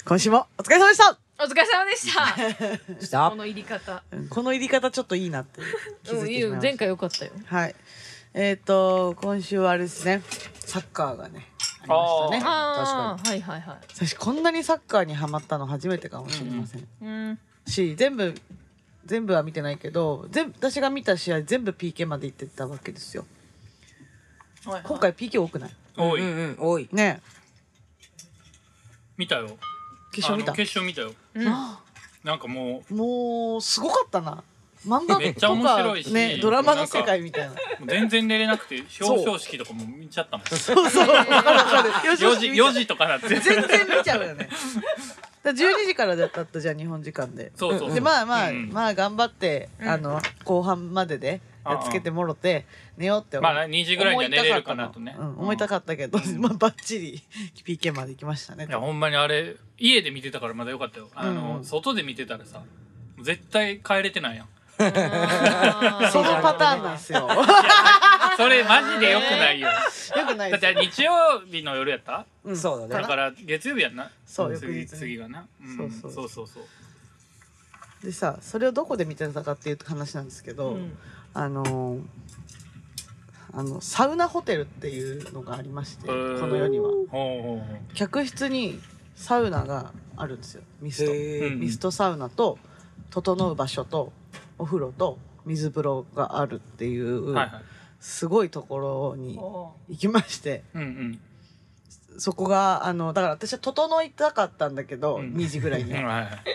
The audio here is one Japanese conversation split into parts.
今週もお疲れ様でした。 お疲れ様でしたこの入り方この入り方ちょっといいなって気づいてしまいました。 前回良かったよ。 はい。今週はあれですね、サッカーがねありましたね。 ああ、はいはいはい。 私こんなにサッカーにハマったの初めてかもしれません。全部は見てないけど、私が見た試合全部 PK まで行ってたわけですよ。今回 PK 多くない？ 多い、 多いね。 見たよ。 決勝見たよ。なんかもうすごかったな。漫画めっちゃ面白いしね、ドラマの世界みたいな。 全然寝れなくて表彰式とかも見ちゃったもん。 そうわかる。 4時とかなって全然見ちゃうよね。12時からだったじゃん、日本時間で。 そうでまあ頑張って後半まででやっつけてもろて寝ようってまあ2時ぐらいには寝れるかなとね思いたかったけど、まあバッチリ PK まで行きましたね。 いやほんまにあれ家で見てたからまだよかったよ。外で見てたらさ絶対帰れてないやん。 そのパターンなんですよ。 それマジでよくないよ。 よくないだって日曜日の夜やった？ そうだね。 だから月曜日やんな。 そう翌日次がな。そうでさ、それをどこで見てたかっていう話なんですけど、サウナホテルっていうのがありまして、この世には客室にサウナがあるんですよ。ミストサウナと整う場所とお風呂と水風呂があるっていうすごいところに行きまして、そこがだから私は整いたかったんだけど、2時ぐらいにもう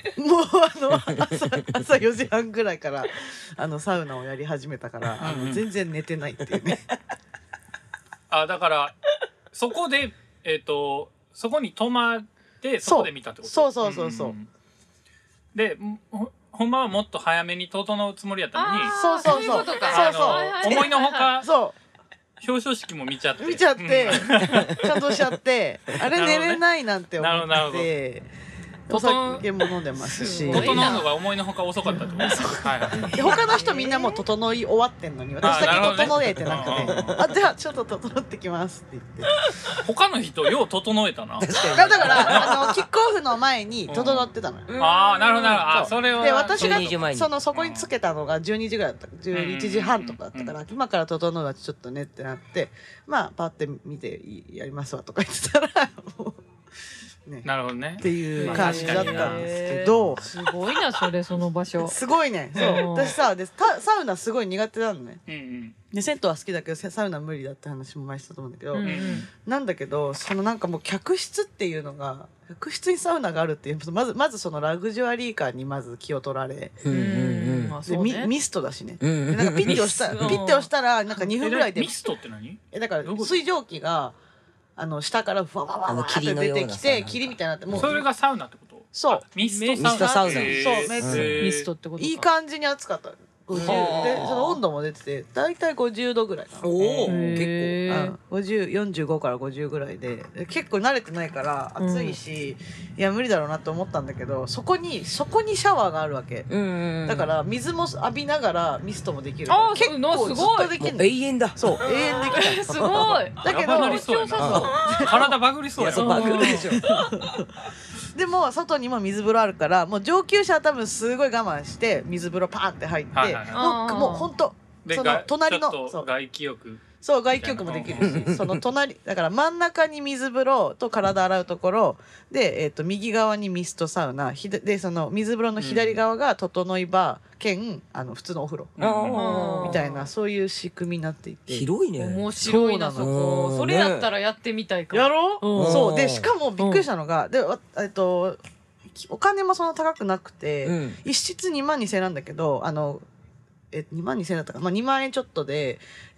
朝4時半ぐらいからサウナをやり始めたから全然寝てないっていうね。 だからそこでそこに泊まってそこで見たってこと？ そうでほんまはもっと早めに整うつもりやったのに、思いのほか表彰式も見ちゃって感動しちゃってあれ寝れないなんて思ってお酒も飲んでますし、 整うのが思いのほか遅かったってこと他の人みんなもう整い終わってんのに私だけ整えてなくて、じゃあちょっと整ってきますって言って他の人よう整えたな。 だからキックオフの前に整ってたのよ。 なるほど。それはで私がそこにつけたのが12時ぐらいだった、11時半とかだったから、今から整うはちょっとねってなって、まあパッて見てやりますわとか言ってたらなるほどねっていう感じだったんですけど、 すごいなその場所すごいね。そう私さサウナすごい苦手なのね。で銭湯は好きだけどサウナ無理だって話も前したと思うんだけど、なんだけどなんかもう客室っていうのが客室にサウナがあるっていうまずそのラグジュアリー感にまず気を取られ、ミストだしね。なんかピッて押したらなんか2分ぐらいでミストって何？ だから水蒸気が下からふわわわって出てきて霧みたいになって、もうそれがサウナってこと？ そうミストサウナ。 ミストってことか。 いい感じに暑かった。50でその温度も出ててだいたい50度ぐらいなの。結構45から50ぐらいで結構慣れてないから暑いし、いや無理だろうなと思ったんだけど、そこにシャワーがあるわけ。だから水も浴びながらミストもできる。結構ずっとできるの。 永遠だ。 そう永遠できた。 すごい。 だけど体バグりそうや。 バグるでしょ。 でも外にも水風呂あるから、もう上級者は多分すごい我慢して水風呂パーンって入って、もうほんとその隣の外気浴もできるし、その隣だから真ん中に水風呂と体洗うところで、右側にミストサウナで、その水風呂の左側が整い場兼普通のお風呂みたいな、そういう仕組みになっていて広いね。 面白いなそこ。それやったらやってみたいかも。 やろう。そうでしかもびっくりしたのが、でお金もそんな高くなくて、一室2万2000円なんだけど、2万2000円だったかな、2万円ちょっとで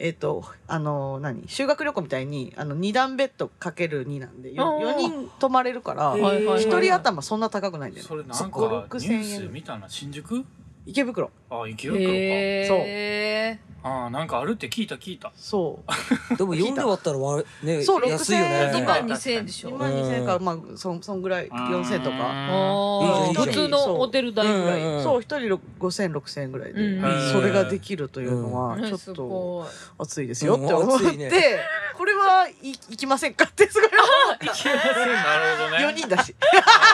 修学旅行みたいに2段ベッドかける2なんで 4人泊まれるから1人頭そんな高くないんだよね。 それなんかニュース見たな。新宿？ 池袋。 池袋か。そうなんかあるって聞いた。 そうでも4で割ったらね安いよね。 2万2000円でしょ。 2万2000円からまあそんぐらい4000とか普通のホテル代ぐらい。 そう1人5000、6000円ぐらいでそれができるというのはちょっと熱いですよって思ってこれは行きませんかってすごい行きません。なるほどね。 4人だし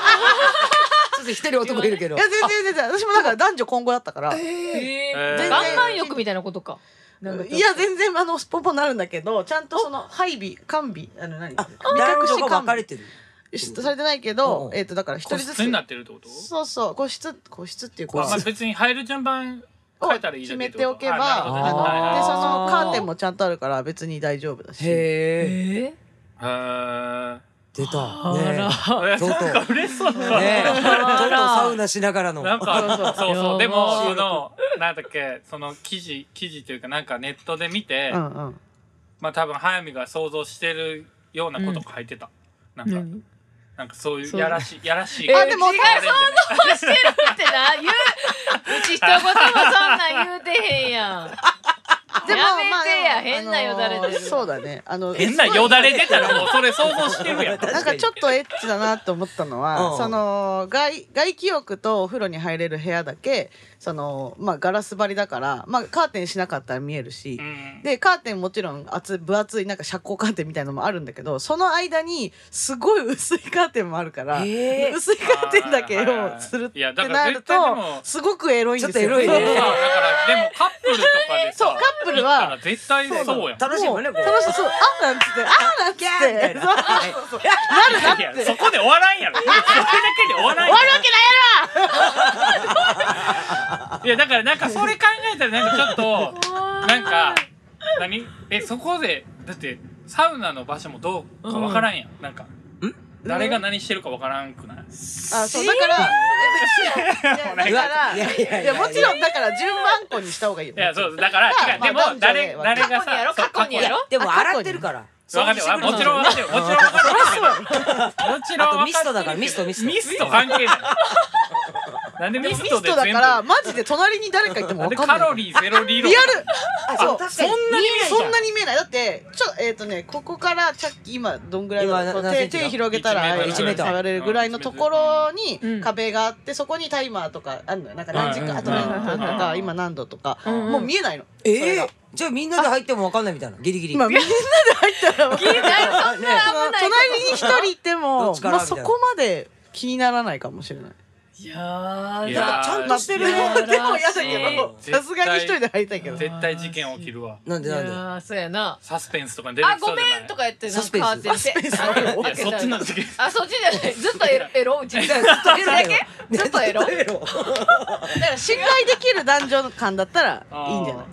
1人男いるけど。 いや全然私もだから男女混合だったから岩盤浴みたいなことか。 いや全然スポンポンなるんだけどちゃんとその配備完備何男女が分かれてる。 されてないけどだから一人ずつ個室になってるってこと？ そうそう個室っていうかまあ別に入る順番変えたらいいだけ決めておけばでそのカーテンもちゃんとあるから別に大丈夫だし。 へえ。 出たね。とうとう嬉しそうね。とうとうサウナしながらの。 なんかそうでもそのなんだっけその記事というかなんかネットで見てまあ多分速水が想像してるようなことが入ってた。なんかそういうやらしいでも想像してるってな言ううち一言もそんなん言うてへんやん。やめてや変なよだれ出る。 そうだね変なよだれ出たらもうそれ想像してるやん。 なんかちょっとエッチだなと思ったのはその外気浴とお風呂に入れる部屋だけそのまあガラス張りだからまあカーテンしなかったら見えるしでカーテンもちろん分厚いなんか遮光カーテンみたいのもあるんだけどその間にすごい薄いカーテンもあるから薄いカーテンだけをするってなるとすごくエロいんですよ。 ちょっとエロいね。 だからでもカップルとかでさそうカップルは絶対そうやん。 楽しいもんね。 楽しそうあなんつってなんつってなるなってそこで終わらんやろ。それだけで終わらんやろ。 終わるわけないやろ。 いやだからなんかそれ考えたらなんかちょっとなんかそこでだってサウナの場所もどうかわからんやん。なんか誰が何してるかわからんくない？ そうだからいやもちろんだから順番こにした方がいいよ。 いやそうだから違うでも誰がさ過去にやろでも洗ってるから。 分かってるもちろん分かってるもちろん分かってるもちろんミストだからミスト関係ない。なんでミストでだからマジで隣に誰かいても分かんない。 カロリーゼロ理論リアルそうそんなに見えないだってここからチャッキ今どんぐらい手広げたら1メートル下がれるぐらいのところに壁があってそこにタイマーとかあるのよ。なんか何時間あと何分とか今何度とかもう見えないの。 じゃあみんなで入っても分かんないみたいなギリギリ。 まあみんなで入ったら隣に一人いてもそこまで気にならないかもしれない。 いやちゃんとしてる。 でも嫌だけどさすがに一人で入りたいけど絶対事件起きるわ。 なんでそうやな。 サスペンスとか出てきそうじゃない？ ごめんとか言ってサスペンスカーテンでそっちの事件。 そっちじゃないずっとエロうちずっとエロだけずっとエロ。だから信頼できる男女間だったらいいんじゃない？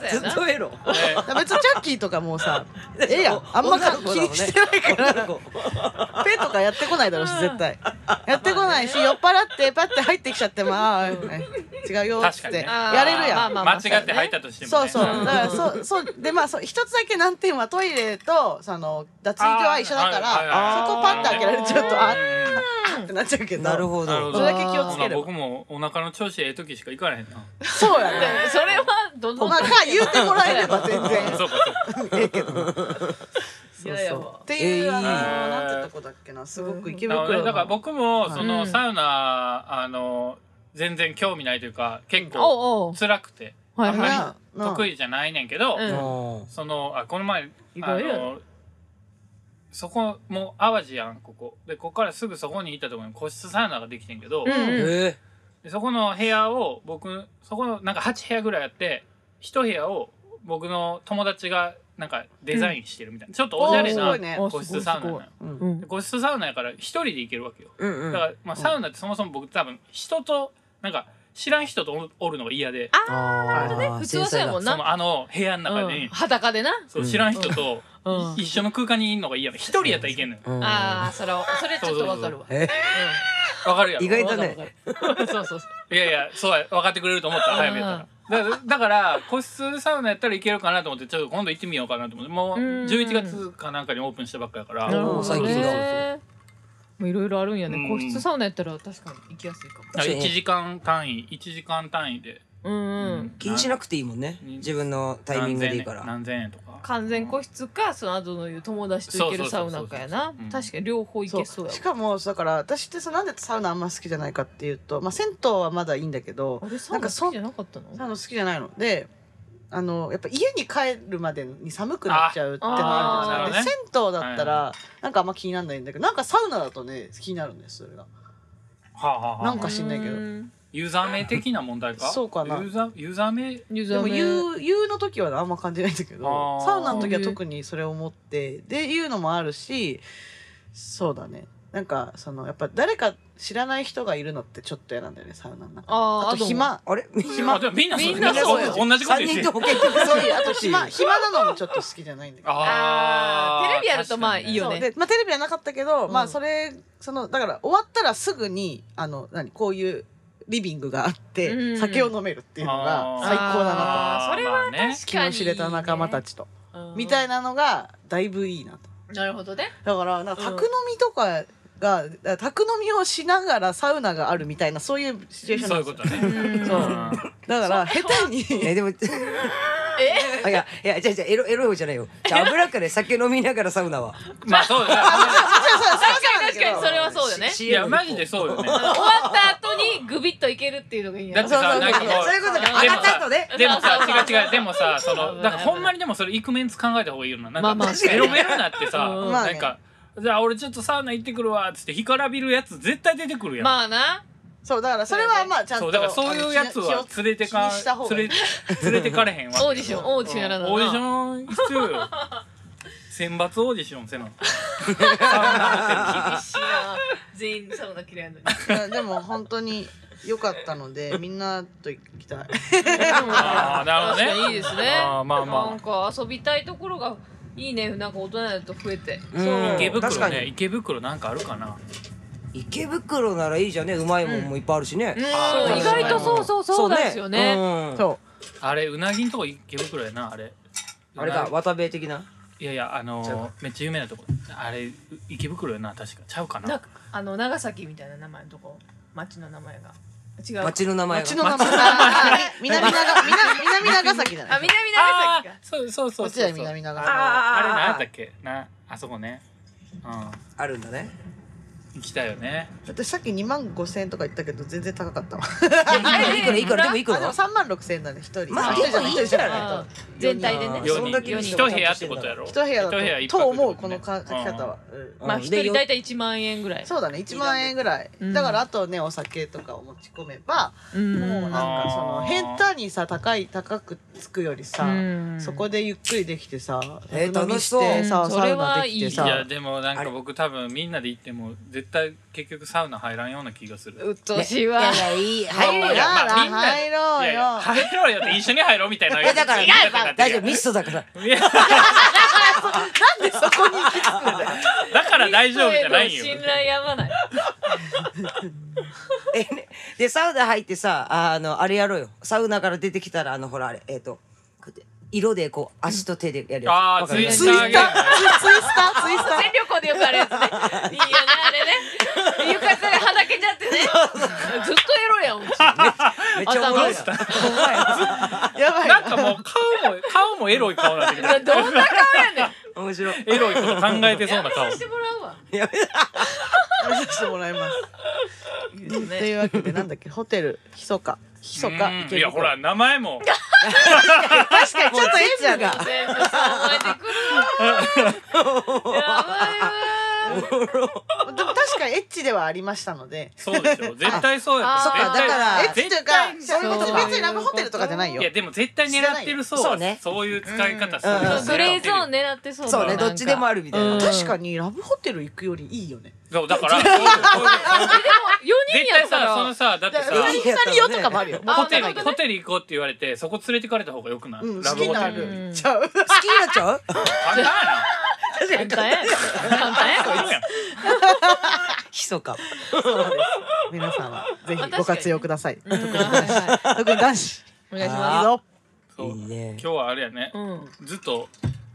ずっとエロ。 別にチャッキーとかもさやんあんま気にしてないからペとかやってこないだろうし絶対やってこないし酔っ払ってパッて入ってきちゃっても違うよってやれるやん。 間違って入ったとしてもね。 そうだからそうで一つだけ難点はトイレとその脱衣所は一緒だからそこパッて開けられちゃうとってなっちゃうけど。 なるほど。 それだけ気をつければ。 僕もお腹の調子ええ時しか行かれへんな。 そうやね。 それはどんどん言うてもらえれば全然そうかええけど。っていうなんてとこだっけなすごく池袋。 だから僕もそのサウナ全然興味ないというか結構辛くてあんまり得意じゃないねんけどそのこの前そこも淡路やんここでここからすぐそこに行ったところに個室サウナができてんけどでそこの部屋を僕そこのなんか8部屋ぐらいあって1部屋を僕の友達がなんかデザインしてるみたいなちょっとおしゃれな個室サウナなの。個室サウナやから1人で行けるわけよ。だからまあサウナってそもそも僕多分人となんか知らん人とおるのが嫌で普通はそうやもんな。 その部屋の中に裸でな知らん人と一緒の空間にいるのが嫌な。一人やったらいけんのよ。 それちょっとわかるわ。 わかるやろ。 意外とね。 そういやそう分かってくれると思った早めやったら。だから個室サウナやったらいけるかなと思ってちょっと今度行ってみようかなと思ってもう11月かなんかにオープンしたばっかやから最近だ。 いろいろあるんやね。個室サウナやったら確かに行きやすいかも。 1時間単位で気にしなくていいもんね。自分のタイミングでいいから。 何千円とか。 完全個室かその後の友達と行けるサウナかやな。確かに両方行けそうやわ。 しかもだから私ってなんでサウナあんま好きじゃないかっていうと銭湯はまだいいんだけどサウナ好きじゃなかったの？ サウナ好きじゃないのでやっぱ家に帰るまでに寒くなっちゃうってのあるじゃないですか。で銭湯だったらなんかあんま気にならないんだけど、なんかサウナだとね気になるんですそれが。なんか知んないけど。 ユーザー名的な問題か。 そうかな。 ユーザー名。 でも言うの時はあんま感じないんだけど、サウナの時は特にそれを思ってで言うのもあるし、そうだね。なんかやっぱ誰か知らない人がいるのってちょっと嫌なんだよねサウナの中。あと暇。 あれ暇。みんなそうよ。同じこと言ってる。 そういうあと暇なのもちょっと好きじゃないんだけど。 テレビやるとまあいいよね。 でテレビはなかったけど、まあそれだから終わったらすぐにこういうリビングがあって酒を飲めるっていうのが最高だなと。 それは確かに気の知れた仲間たちとみたいなのがだいぶいいなと。 なるほどね。 だから宅飲みとかが宅飲みをしながらサウナがあるみたいなそういうシチュエーションなんですよ。そういうことね。そうだから下手にでもいやじゃあエロいじゃないよ。じゃあ油かで酒飲みながらサウナはまあそうだよ。 確かにそれはそうよね。 いやマジでそうよね。 終わった後にグビッといけるっていうのがいいんや。 だってさなんかこうそういうことか。上がった後ね。 でもさ違うでもさだからほんまにでもそれイクメンツ考えた方がいいよな。なんかベロベロになってさなんかじゃあ俺ちょっとサウナ行ってくるわっつって干からびるやつ絶対出てくるやん。 まあな。 そうだからそれはまあちゃんとだからそういうやつは連れてかれへんわ。 オーディションやらな。 オーディション必要よ。選抜オーディションせな。サウナ厳しいな。全員サウナ嫌いなのに。 でも本当に良かったのでみんなと行きたい。 ああなるほどね。 いいですね。 まあなんか遊びたいところがいいね。なんか大人になると増えて。 池袋ね。池袋なんかあるかな。 池袋ならいいじゃんね。うまいもんもいっぱいあるしね。 意外とそうなんですよね。 そうあれうなぎんとこ池袋やなあれ。 あれか渡部的な。 いやいやめっちゃ有名なとこあれ池袋やな確かちゃうかな。 長崎みたいな名前のとこ町の名前が違う。 町の名前が。 南長崎だね。 あ南長崎か。 そうこっちは南長崎。 あれ何やったっけなあそこね。 あるんだね。 行きたいよね。 私さっき25,000円とか言ったけど全然高かったわ。 いくらでもいくら。 でも36,000円だね一人。 まあ結構いいんじゃない。 全体でね。 一部屋ってことやろ。 一部屋だと思うこの書き方は。 まあ一人大体1万円ぐらい。 そうだね1万円ぐらい。だからあとねお酒とかを持ち込めばもうなんか下手にさ高くつくよりさそこでゆっくりできてさ楽しそう。 サウナできてさ。 いやでもなんか僕多分みんなで行っても絶対結局サウナ入らんような気がする。 うっとうしいわ。 いい入ろうよ。 入ろうよって一緒に入ろうみたいな。 だから大丈夫ミストだから。 なんでそこに行き着くんだよ。 だから大丈夫じゃないよ。 信頼やばない。 でサウナ入ってさあれやろうよ。サウナから出てきたらほらあれ色でこう足と手でやるやつ。 ツイスター全旅行でよくあるやつね。いいよねあれね。浴衣ではだけちゃってね。ずっとエロやん。 めっちゃおもろい。 やばい。 なんかもう顔もエロい顔なんだけど。 どんな顔やねん。 面白い。 エロいこと考えてそうな顔。 やめさせてもらうわ。 やめさせてもらいます。というわけでなんだっけホテルひそか池袋。 いやほら名前も。 確かにちょっとエッチだが。 全部そう覚えてくるわ。やばいわ。 でも確かにエッチではありましたので。 そうでしょ絶対そうやった。 そっかだからエッチというかそういうこと別にラブホテルとかじゃないよ。 いやでも絶対狙ってるそうはそういう使い方する。 グレーゾーン狙ってそう。 そうねどっちでもあるみたいな。 確かにラブホテル行くよりいいよね。 そうだから。 でも4人絶対やったら。 ささだってさ 2人用とかもあるよ。 ホテル行こうって言われてそこ連れてかれた方がよくない。ラブホテルより。 ちゃう。 好きになっちゃう？ 簡単やな。 簡単や。 ひそか。 皆さんはぜひご活用ください。特に男子お願いします。 そういいね。 今日はあれやね。ずっと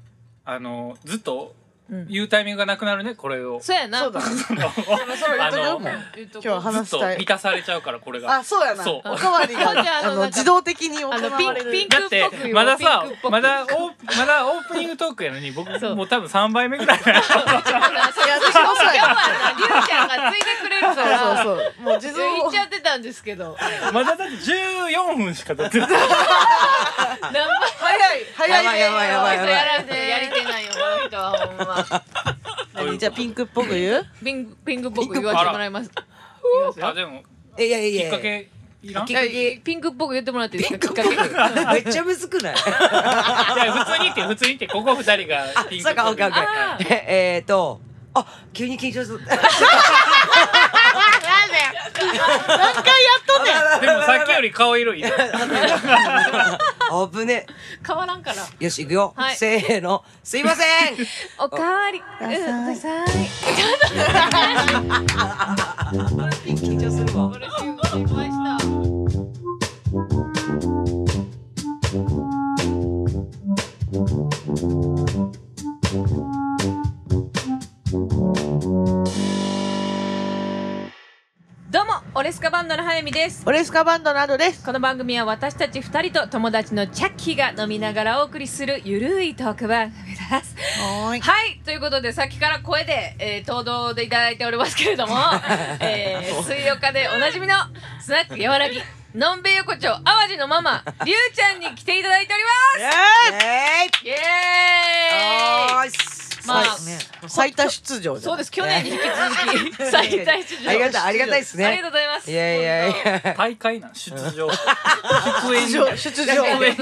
言うタイミングがなくなるねこれを。 そうやな。 そうだ。今日話ずっとしたい。 満たされちゃうからこれが。 あ、そうやな。 そうおかわりが自動的に行われる。 ピンクっだってぽく言おうまださピンクっぽくまだオープニングトークやのに僕もう多分3倍目ぐらい。 いや私もそうや。今日はりゅうちゃんがついてくれるからそうもう自動言っちゃってたんですけど。 まだだって14分しか経ってない。 何倍早いね。 やばいやばいやばいやらんでやりてないよこの人はほんま。 何じゃあピンクっぽく言う？ ピンクっぽく言わせてもらいます。 あでもいやいやきっかけいらん？ きっかけピンクっぽく言ってもらっていいですか？きっかけ。 めっちゃむずくない？ いや普通に言ってここ二人がピンクそうかオッケーオッケあー。あ急に緊張する。 何回やっとんねん。 でもさっきより顔色いい。 危ね。 変わらんから。 よし行くよ。 はいせーの。すいません。 おかわりください。 緊張するわ。 これ集合しました。どうもオレスカバンドの早見です。 オレスカバンドのアドです。 この番組は私たち2人と友達のチャッキーが飲みながらお送りするゆるいトーク番組です。 はーい。 はいということでさっきから声で、登場でいただいておりますけれども、水曜日でおなじみのスナックやわらぎのんべい横丁淡路のママりゅうちゃんに来ていただいております。イエーイ。 よし。 まあ最多出場じゃん。 そうです。去年に引き続き最多出場。 ありがたいですね。 ありがとうございます。 いやいやいや。 大会なん出場出演出場。 出演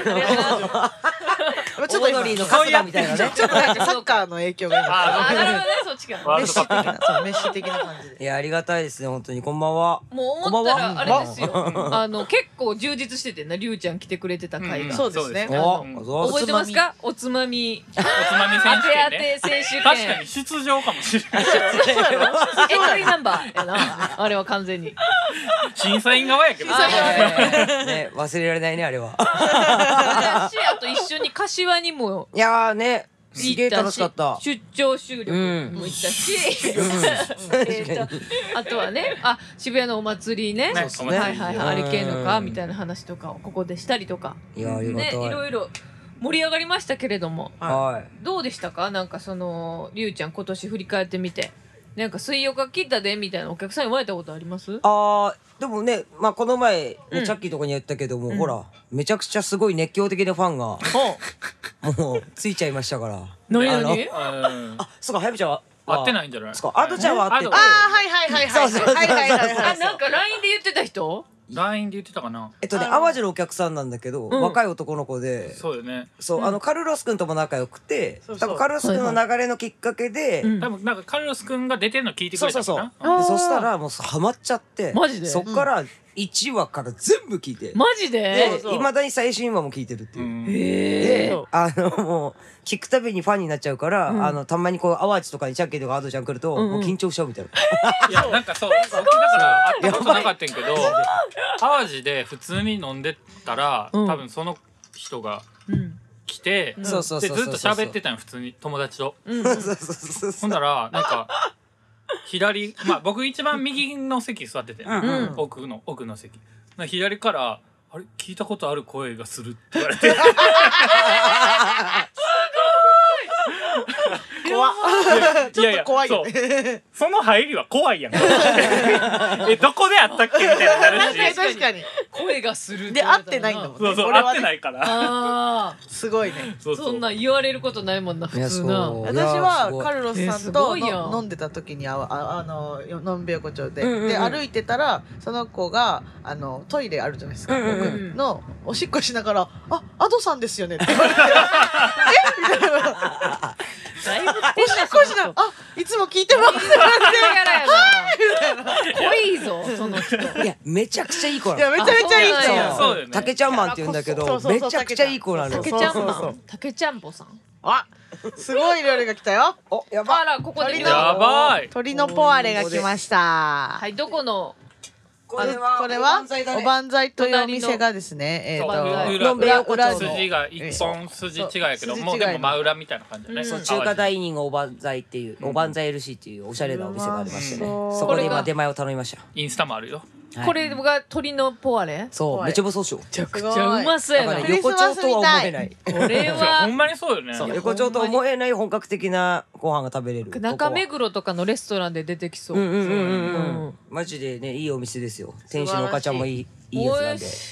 ちょっと今オードリーの春日みたいなね。 ちょっとなんかサッカーの影響が今。 あ、なるほどね、そっちか。 ワールドメッシカップ的な、そうメッシ的な感じで。 いやありがたいですね本当にこんばんは。 もう思ったらあれですよ。結構充実しててな、りゅうちゃん来てくれてた回が。 そうですね。 お覚えてますか？おつまみおつまみ選手権ね。 当て選手権。 確かに出場かもしれない。 エントリーナンバーやな。あれは完全に。 審査員側やけど。 ね忘れられないねあれは。 私あと一緒に柏にもいやーねすげえ行ったし楽しかった。 出張収録も行ったし、あとはね、渋谷のお祭りね、 ねはいはいはい、あれ系のかみたいな話とかをここでしたりとかいやありがね、 たい。 いろいろ盛り上がりましたけれども、 はい。 どうでしたか？なんかそのりゅうちゃん今年振り返ってみて、なんか水曜日来たでみたいなお客さん言われたことあります？ でもねまあこの前うんねチャッキーとかに言ったけどもほらめちゃくちゃすごい熱狂的なファンがもうついちゃいましたから。 何あの 々？ あそうかはやみちゃんは合ってないんじゃない？ そうかアドちゃんは合っててアドああ、はいはいはいはい。 そうそうそうはいはいはいはい。 なんか LINE で言ってた人？ LINE で言ってたかな。 淡路のお客さんなんだけど若い男の子でそうよね。 そうカルロス君とも仲良くてそうそう多分カルロス君の流れのきっかけでうん多分なんかカルロス君が出てるの聞いてくれたかな。 あーでそしたらもうハマっちゃってマジでそっから1話から全部聞いてマジで？ でいまだに最新話も聞いてるっていう。 へでもう聞くたびにファンになっちゃうから、たまにこう淡路とかにチャッキーとかアドちゃん来ると、もう緊張しちゃうみたいな。 いやなんかそうだから会ったことなかったんけど淡路で普通に飲んでたら多分その人が来てでずっと喋ってたの普通に友達と。ほんならなんか左僕一番右の席座ってて奥の席左からあれ聞いたことある声がするって言われて怖っ。ちょっと怖いよそうね。 その入りは怖いやんどこで会ったっけみたいになるし確かに。 声がするで、会ってないんだもんね。 そうそう俺はね会ってないからあすごいね。 そうそうそんな言われることないもんな普通な。 そう私いやすごいはカルロスさんすとごいやん飲んでた時にのんべ横丁で、 うんうんうんで歩いてたらその子がトイレあるじゃないですか、 うんうんうん僕のおしっこしながら「あ、アドさんですよね」って言われて「えみたいなだいぶおしっこしながら「あ、いつも聞いてます」 キャラやな。濃いぞその人。 いやめちゃくちゃいい子いやめちゃめちゃいい人そうなんやそうだよねたけちゃんマンって言うんだけどそうそうそうめちゃくちゃいい子なのよ。 たけちゃんそうそうそうマン。たけちゃんぽさん。 あ、すごい料理が来たよ。 おやばあらここで鳥のやばい鶏のポワレが来ました。 はいどこのこれはおばんざいというお隣の店がですね、 のんべい横丁の筋が一本筋違いやけどもうでも真裏みたいな感じだね。 そう中華ダイニングおばんざいっていうおばんざい LC っていうおしゃれなお店がありましてねうんそこで今出前を頼みました。 インスタもあるよ。 はいこれが鶏のポワレ？ そうめっちゃ細そうでしょ。 めちゃくちゃうまそうやな。 だから横丁とは思えない。 これほはんまにそうよね。 そう横丁と思えない本格的なご飯が食べれる。 中目黒とかのレストランで出てきそう。 うんうんうんうんううんんマジでねいいお店ですよ。店主のお母ちゃんもいいやつなんで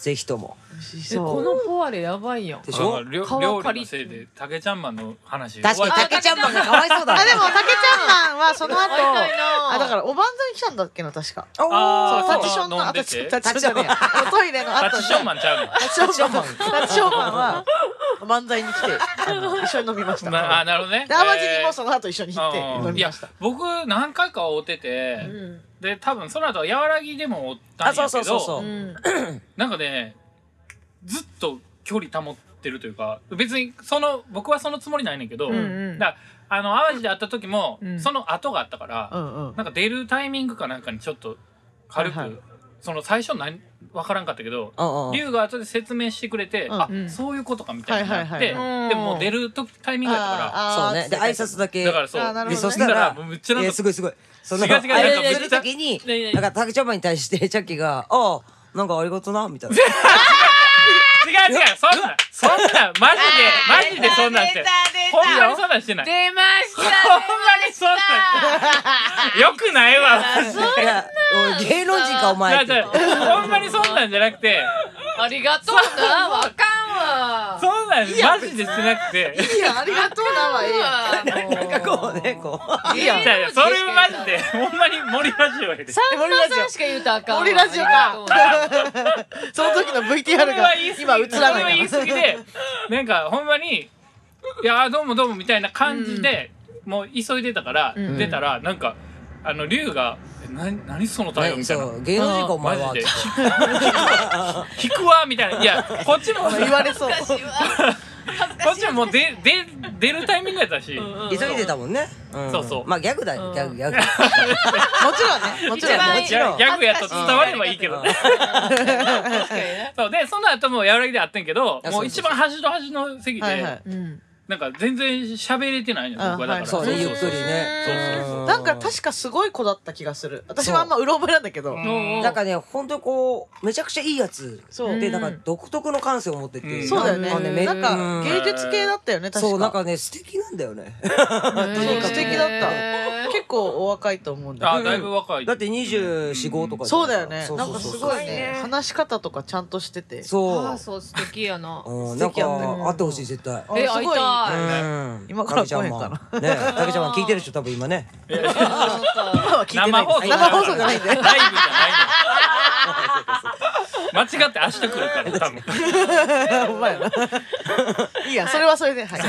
ぜひとも。 このポワレやばいやんでしょ。 料理のせいでたけちゃんマンの話確かにたけちゃんマンがかわいそうだ。 あでもたけちゃんマンはその後会いたいなだからおばんざい来たんだっけな確か。 あータッチションの飲んでてタッチションじゃねえやトイレの後にタッチションマンちゃうねんタッチションマンは漫才に来て一緒に飲みました。 なるほどね。 で淡路にもその後一緒に行って飲いやみました。 僕何回か会うてて、で多分その後やわらぎでもおったんやけど、なんかねずっと距離保ってるというか、別に僕はそのつもりないねんけど、だから淡路で会った時もその後があったから、なんか出るタイミングかなんかにちょっと軽くその最初分からんかったけど、龍が後で説明してくれて、あそういうことかみたいになって、でももう出るタイミングやったから、 そうね。で挨拶だけ。 だからそうでそしたらめっちゃなんかすごいすごい。その違う違う挨拶する時になんかたけちゃんマンに対してチャッキーがなんかありがとうなみたいな。 違うそんなマジでそんなんしてほんまにそんなんしてない出ましたほんまにそんなんしてよくないわいや芸能人かお前って。 ほんまにそんなんじゃなくてありがとうなわかんわそんなんマジでしてなくていやありがとうなはいいやなんかこうねこう。 いいやそれマジでほんまに森ラジオやでさんまさんしか言うたらあかんわ森ラジオかその時の VTR が今映らないそれは言い過ぎでなんかほんまに「いやどうもどうも」みたいな感じでもう急いでたから出たらなんか龍が「何その対応」みたいな芸能人かお前は。 マジで引くわみたいな。いやこっちも言われそうこっちももう出るタイミングやったし急いでたもんね。 そうそうまあギャグだよギャグ。 もちろんねもちろんねギャグやと伝わればいいけどねそうでその後もやわらぎで会ってんけどもう一番端の端の席でなんか全然喋れてないの僕はだからそうねゆっくりね。 なんか確かすごい子だった気がする。私はあんまうろ覚えなんだけどなんかね本当にこうめちゃくちゃいいやつでなんか独特の感性を持ってて。 そうだよね。なんか芸術系だったよね確か。 そうなんかね素敵なんだよね。 素敵だった結構お若いと思うんだけど。 だいぶ若いだって24、5とか。 そうだよね。なんかすごいね話し方とかちゃんとしてて。 そうそう素敵やななんか会ってほしい絶対。 会いたい今から来へんかな。 ねたけちゃんは聞いてる人多分今ね。 今は聞いてない。 生放送生放送じゃないんで。 ライブじゃないの間違って明日来るから多分お前いいやそれはそれではい。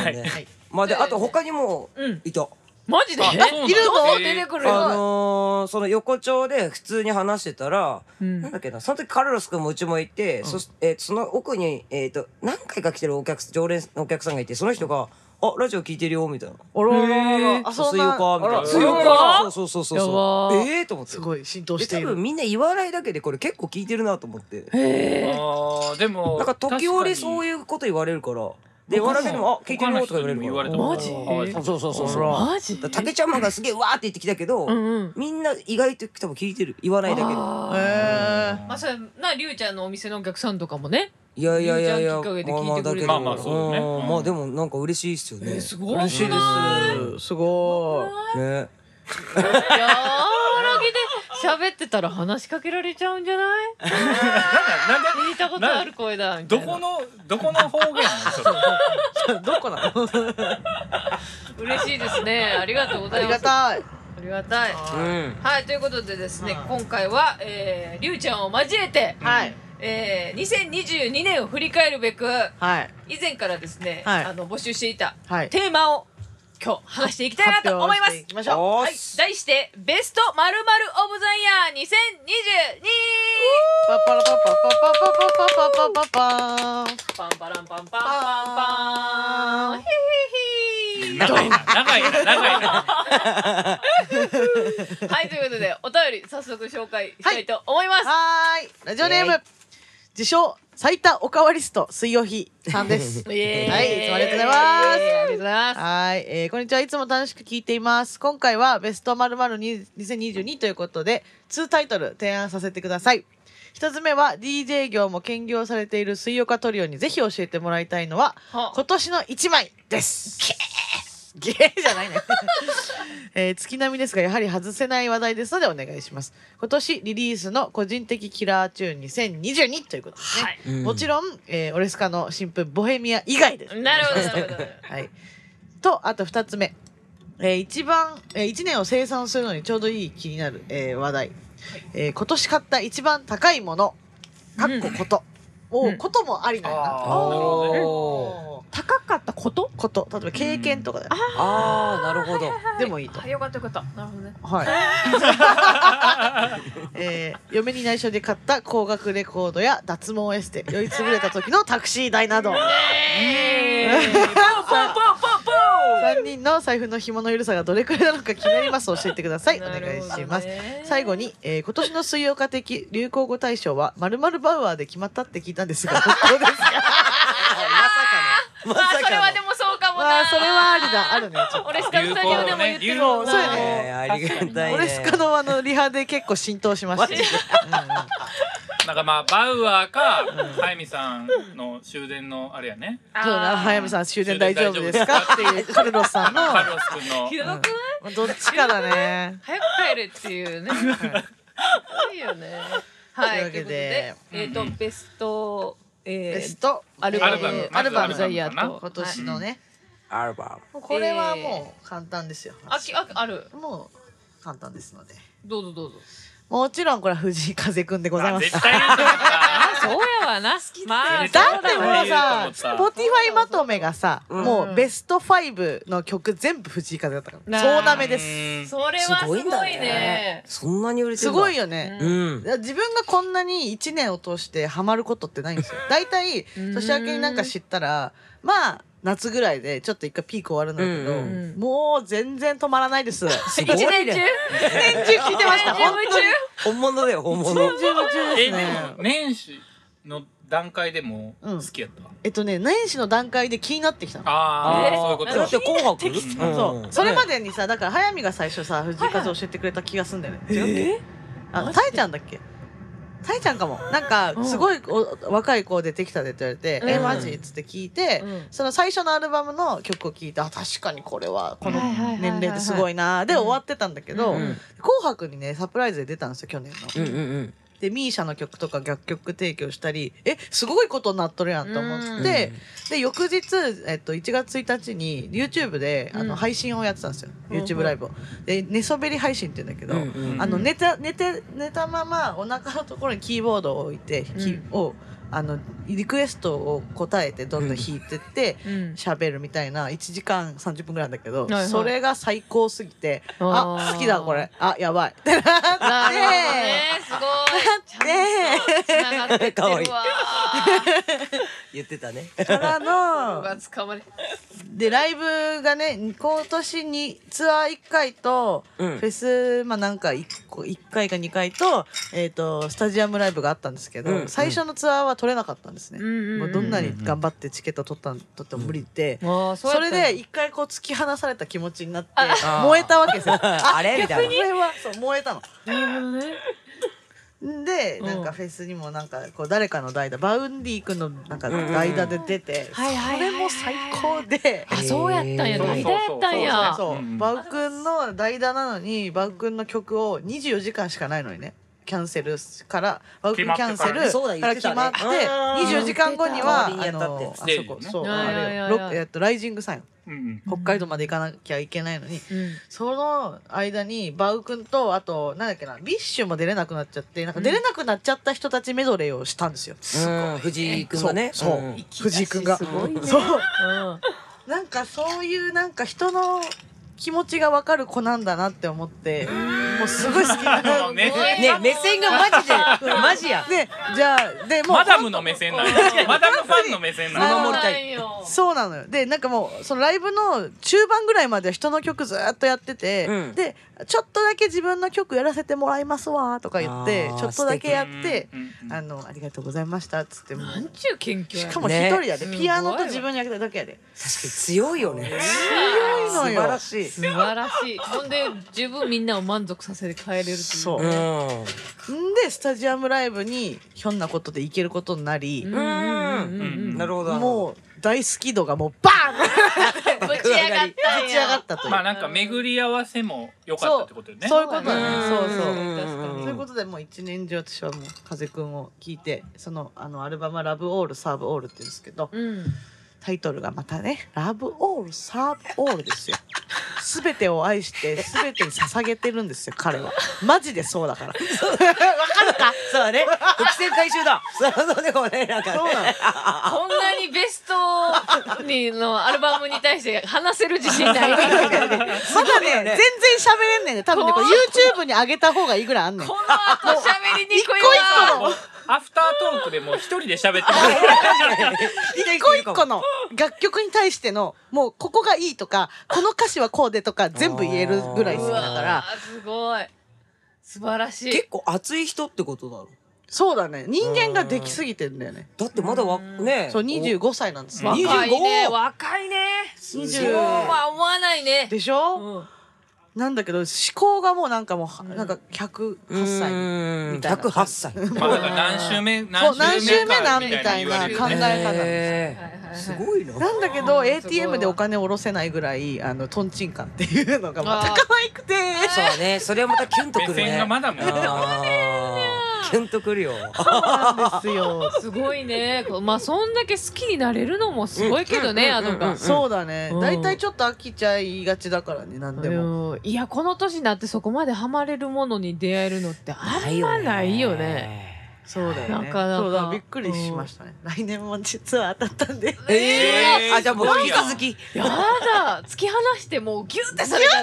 まあであと他にもいた。 マジでいるの出てくるその横丁で普通に話してたらなんだっけなその時カルロス君もうちもいてその奥に何回か来てる常連のお客さんがいてその人がラジオ聞いてるよみたいな。 あら水曜かみたいな。 水曜か。 そうと思って。 すごい浸透して多いる。 分みんな言わないだけでこれ結構聞いてるなと思って。 でもなんか時折そういうこと言われるから。でわらげでも聞いてるよとか言われるから。 マジそうマジたけちゃんマンがすげえわーって言ってきたけどみんな意外と多分聞いてる言わないだけで。 まあそれなりゅうちゃんのお店のお客さんとかもねいやままあそうねまあでもなんか嬉しいっすよね。 すごい嬉しいですすごいね。 やわらぎで喋ってたら話しかけられちゃうんじゃない聞いたことある声だみたいなどこの方言なのどこなの嬉しいですねありがとうござありいますがたいありがたいはいということでですね今回はりゅうちゃんを交えて2022年を振り返るべく以前からですね募集していたテーマを今日話していきたいなと思います。題してベスト〇〇オブザイヤー2022。 パパラパパパパパパパパパパンパンパランパンパンパンパン。ヒヒヒ。 長いな。 はいということでお便り早速紹介したいと思います。 ラジオネーム自称最多おかわりスト水曜日さんです。はい、いつもありがとうございます。 ありがとうございます。 はい、こんにちは。いつも楽しく聞いています。今回はベスト〇〇2022ということで2タイトル提案させてください。一つ目は DJ 業も兼業されている水曜日トリオにぜひ教えてもらいたいのは今年の1枚です。 ゲーじゃないね月並みですがやはり外せない話題ですのでお願いします。今年リリースの個人的キラーチューン2022ということですね、 はい、 もちろん、オレスカの新譜ボヘミア以外です。 なるほどなるほどはい、とあと2つ目、1年を生産するのにちょうどいい気になる、話題、今年買った一番高いものかっここと、こともありなんやな。 高かったこと例えば経験とかで、 ああなるほど。 でもいいと。 よかったよかったなるほどね。 はい、嫁に内緒で買った高額レコードや脱毛エステ、酔いつぶれた時のタクシー代など、3人の財布の紐の緩さがどれくらいなのか気になります。教えてください。お願いします。最後に、今年の水曜日的流行語大賞は〇〇バウアーで決まったって聞いたんですが本当ですか？ まさかのそれはでもそうかもな。 それはありだ、あるね。 俺スカのスタジオでも言ってるもんな。 そうやね。 ありがたいね。 俺スカのリハで結構浸透しました。 なんかまあバウアーか早見さんの終電のあれやね。 そうな、早見さん終電大丈夫ですかっていうカルロスさんの。 カルロス君の。 ひどくない？ どっちかだね。 早く帰るっていうね。いいよね。はい。というわけで、ベストアルバムザイヤーと今年のねアルバム。これはもう簡単ですよ。 ある。 もう簡単ですので。 どうぞどうぞ。 もちろんこれは藤井風くんでございます。 絶対言うと思った。 そうやわな。まあだってもうさ、Spotify まとめがさ、もうベスト5の曲全部藤井風だったから。そうなめです。 それはすごいね。 そんなに売れてる。 すごいよね。 うん。 自分がこんなに1年を通してハマることってないんですよ。だいたい年明けになんか知ったら、まあ夏ぐらいでちょっと一回ピーク終わるんだけど、もう全然止まらないです。 一年中聞いてました。 本当に本物だよ本物。 一年中夢中ですね。 年始の段階でも好きやった。 年始の段階で気になってきたの。 ああそういうこと。 だって紅白。 そう。それまでにさ、だから早見が最初さ藤井風教えてくれた気がすんだよね。違う？タイちゃんだっけ？タイちゃんかも。なんかすごい若い子出てきたでって言われて、マジっつって聞いて、その最初のアルバムの曲を聞いて、確かにこれはこの年齢ですごいなで終わってたんだけど、紅白にねサプライズで出たんですよ去年の。でミーシャの曲とか楽曲提供したり、すごいことになっとるやんと思って、で翌日、1月1日に YouTube で配信をやってたんですよ、YouTube ライブを。で寝そべり配信って言うんだけど、寝たままお腹のところにキーボードを置いて、リクエストを答えてどんどん弾いてって喋るみたいな1時間30分ぐらいなんだけど、それが最高すぎて、好きだこれ、やばいってなって、 すごいつながってってるわ。 言ってたね。 からのでライブがね今年にツアー1回とフェスなんか1回か2回とスタジアムライブがあったんですけど、最初のツアーは取れなかったんですね。もうどんなに頑張ってチケット取っても無理で、それで一回こう突き放された気持ちになって燃えたわけですよ。 あれみたいな。 これはそう燃えたの。 なるほどね。 でなんかフェスにもなんかこう誰かの代打バウンディ君のなんか代打で出て、それも最高で、 そうやったんや、代打やったんや。 そうバウ君の代打なのにバウ君の曲を24時間しかないのにね、キャンセルからバウ君キャンセルから決まって24時間後にはあそこそうライジングサイン北海道まで行かなきゃいけないのに、その間にバウ君とあとなんだっけなビッシュも出れなくなっちゃって、なんか出れなくなっちゃった人たちメドレーをしたんですよ。 藤井君がね。 そう藤井君がそうなんかそういうなんか人の気持ちが分かる子なんだなって思って、もうすごい好きなのね。目線がマジや。 でじゃあでもマダムの目線なの。マダムファンの目線なの。 守りたい。 そうなのよ。でなんかもうそのライブの中盤ぐらいまでは人の曲ずっとやってて、でちょっとだけ自分の曲やらせてもらいますわとか言ってちょっとだけやってありがとうございましたっつって、 なんちゅう研究や。 しかも一人やで、ピアノと自分にやっただけやで。 確かに強いよね。 強いのよ。 素晴らしい。 素晴らしい。ほんで十分みんなを満足させて帰れるっていう。 そう。でスタジアムライブにひょんなことで行けることになり、 なるほど。 もう大好き度がもうバーン。 ぶちち上がったんぶち上がやったという。 まあなんか巡り合わせも良かったってことよね。 そういうことだね。そうそう。 確かにそういうことでもう一年中私はもう風くんを聞いて、そのアルバムはラブオールサーブオールって言うんですけど、タイトルがまたね、ラブオールサーブオールですよ。すべてを愛してすべてに捧げてるんですよ、彼は。マジでそうだから。わかるか？ そうだね。伏線回収だ。そうでこね、なんかね。 そうなの。 こんなにベストにのアルバムに対して話せる自信ないみたいな。 まだね、全然喋れんねんね。多分ね、これ YouTube に上げた方がいいぐらいあんねん。 この後喋りにくいわ。 アフタートークでもう一人で喋ってる。 一個一個の楽曲に対してのもうここがいいとかこの歌詞はこうでとか全部言えるぐらい好きだからすごい素晴らしい。 結構熱い人ってことだろ。 そうだね、人間ができすぎてんだよね。 だってまだね。 そう25歳なんですよ。 若いね、若いね。 20 は思わないね。 でしょ、なんだけど思考がもうなんかもうなんか108歳みたいな。 108歳。 まあだから何週目何週目なんみみたいな考え方なんですすごいな。 なんだけど ATM でお金を下ろせないぐらいトンチンカンっていうのがまた可愛くて。 そうね、それはまたキュンとくるね。 目線がまだもうキュンとくるよ。 なんですよ。 すごいね。まあそんだけ好きになれるのもすごいけどね、あのが。 そうだね。だいたいちょっと飽きちゃいがちだからね、なんでも。 いやこの年になってそこまでハマれるものに出会えるのってあんまないよね。 そうだよね。 なかなかそうだ、びっくりしましたね。来年も実は当たったんで。 あ、じゃあもう引き続き。 やだ、突き放してもうギュってされた。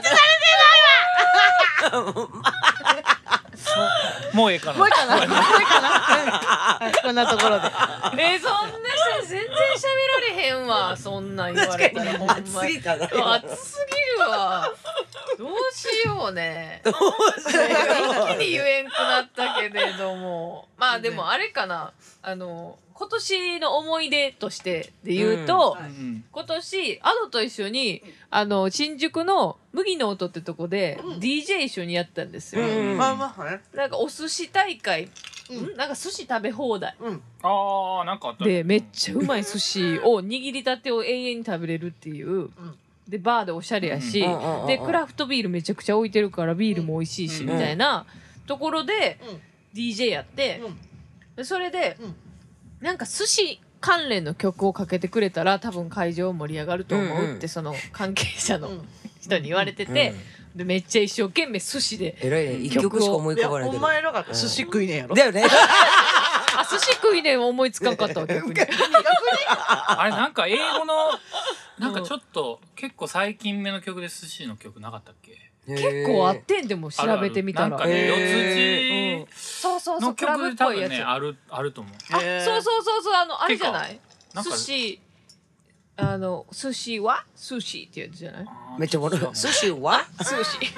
もうええかな。 もういいかな。もういいかな。はいこんなところで。 そんな人全然喋られへんわ。そんなん言われたらほんまに。 熱すぎたな。 熱すぎるわ。どうしようね。一気に言えんくなったけれども、まあでもあれかな。今年の思い出としてで言うと、今年アドと一緒に新宿の麦の音ってとこで DJ 一緒にやったんですよ。 まあまあね。 なんかお寿司大会、なんか寿司食べ放題ああなんかあったでめっちゃうまい寿司を握りたてを永遠に食べれるっていう。でバーでおしゃれやし、でクラフトビールめちゃくちゃ置いてるからビールも美味しいしみたいなところで DJ やって、でそれでなんか寿司関連の曲をかけてくれたら多分会場盛り上がると思うってその関係者の人に言われてて、でめっちゃ一生懸命寿司でえらいね、一曲しか思いいやお浮かばないけど。 前らが寿司食いねえやろ。 だよね。 あ寿司食いね思いつかんかったわ逆に。 あれなんか英語のなんかちょっと結構最近目の曲で寿司の曲なかったっけ？ 結構あってんでも調べてみたら。 なんかね四つそうそうそうのクラブっ曲で多ぽいやつ。 分ねあると思う。 あそうそうそうそうあれじゃない？ なんか寿司寿司は寿司ってやつじゃない？ めっちゃおもろい。寿司は？ 寿司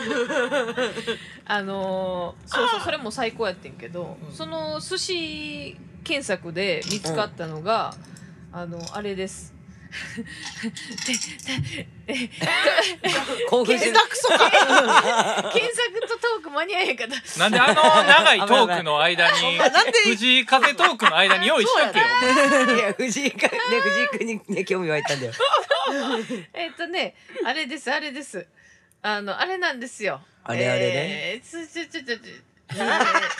そうそうそれも最高やってんけど、その寿司検索で見つかったのが、あれです。 興奮してる。 検索とトーク間に合えへんかった。 なんで長いトークの間に藤井風トークの間に用意しとけよ。 いや、藤井君にね興味湧いたんだよ。 あれですあれです。あれなんですよ。 あれね。 老眼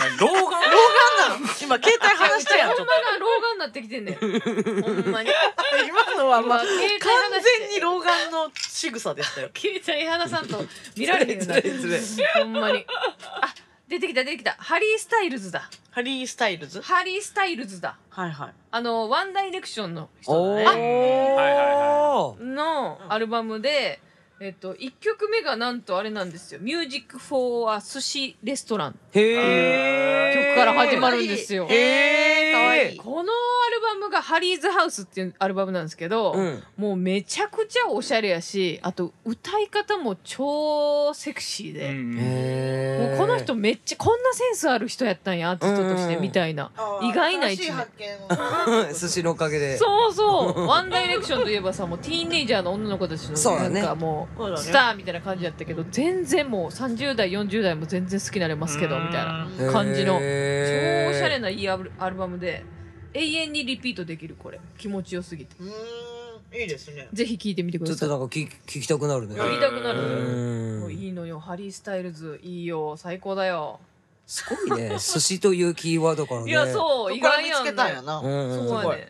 今携帯話したやん。 ほんまが老眼になってきてんねん。ほんまに。 今のはまあ完携帯話全に老眼の仕草でしたよ。 携帯離さんと見られへんようになってる。ほんまに。あ出てきた。ハリー・スタイルズだ。 ハリー・スタイルズ。 ハリー・スタイルズだ。 はいはい。 ワンダイレクションの人おだね。 お。 のアルバムで。1曲目がなんとあれなんですよ。ミュージック・フォー・ア・寿司レストランへえ。 曲から始まるんですよ。 へえ。かわいい。 このアルバムがハリーズハウスっていうアルバムなんですけど、もうめちゃくちゃおしゃれやし、あと歌い方も超セクシーで、もうこの人めっちゃこんなセンスある人やったんやアーティストとしてみたいな意外な一面。 寿司のおかげで。 そうワンダイレクションといえばさ、もうティーンネイジャーの女の子たちのなんかもうスターみたいな感じやったけど、全然もう30代40代も全然好きになれますけどみたいな感じの超おしゃれないいアルバムで永遠にリピートできる。これ気持ちよすぎて。 いいですね。 ぜひ聞いてみてください。 ちょっとなんか聞きたくなるね。 聞きたくなる。 うんいいのよ、ハリー・スタイルズいいよ、最高だよ。 すごいね。寿司というキーワードからね。 いやそう意意外見つ外やんね。 けたんやな。 そうやね。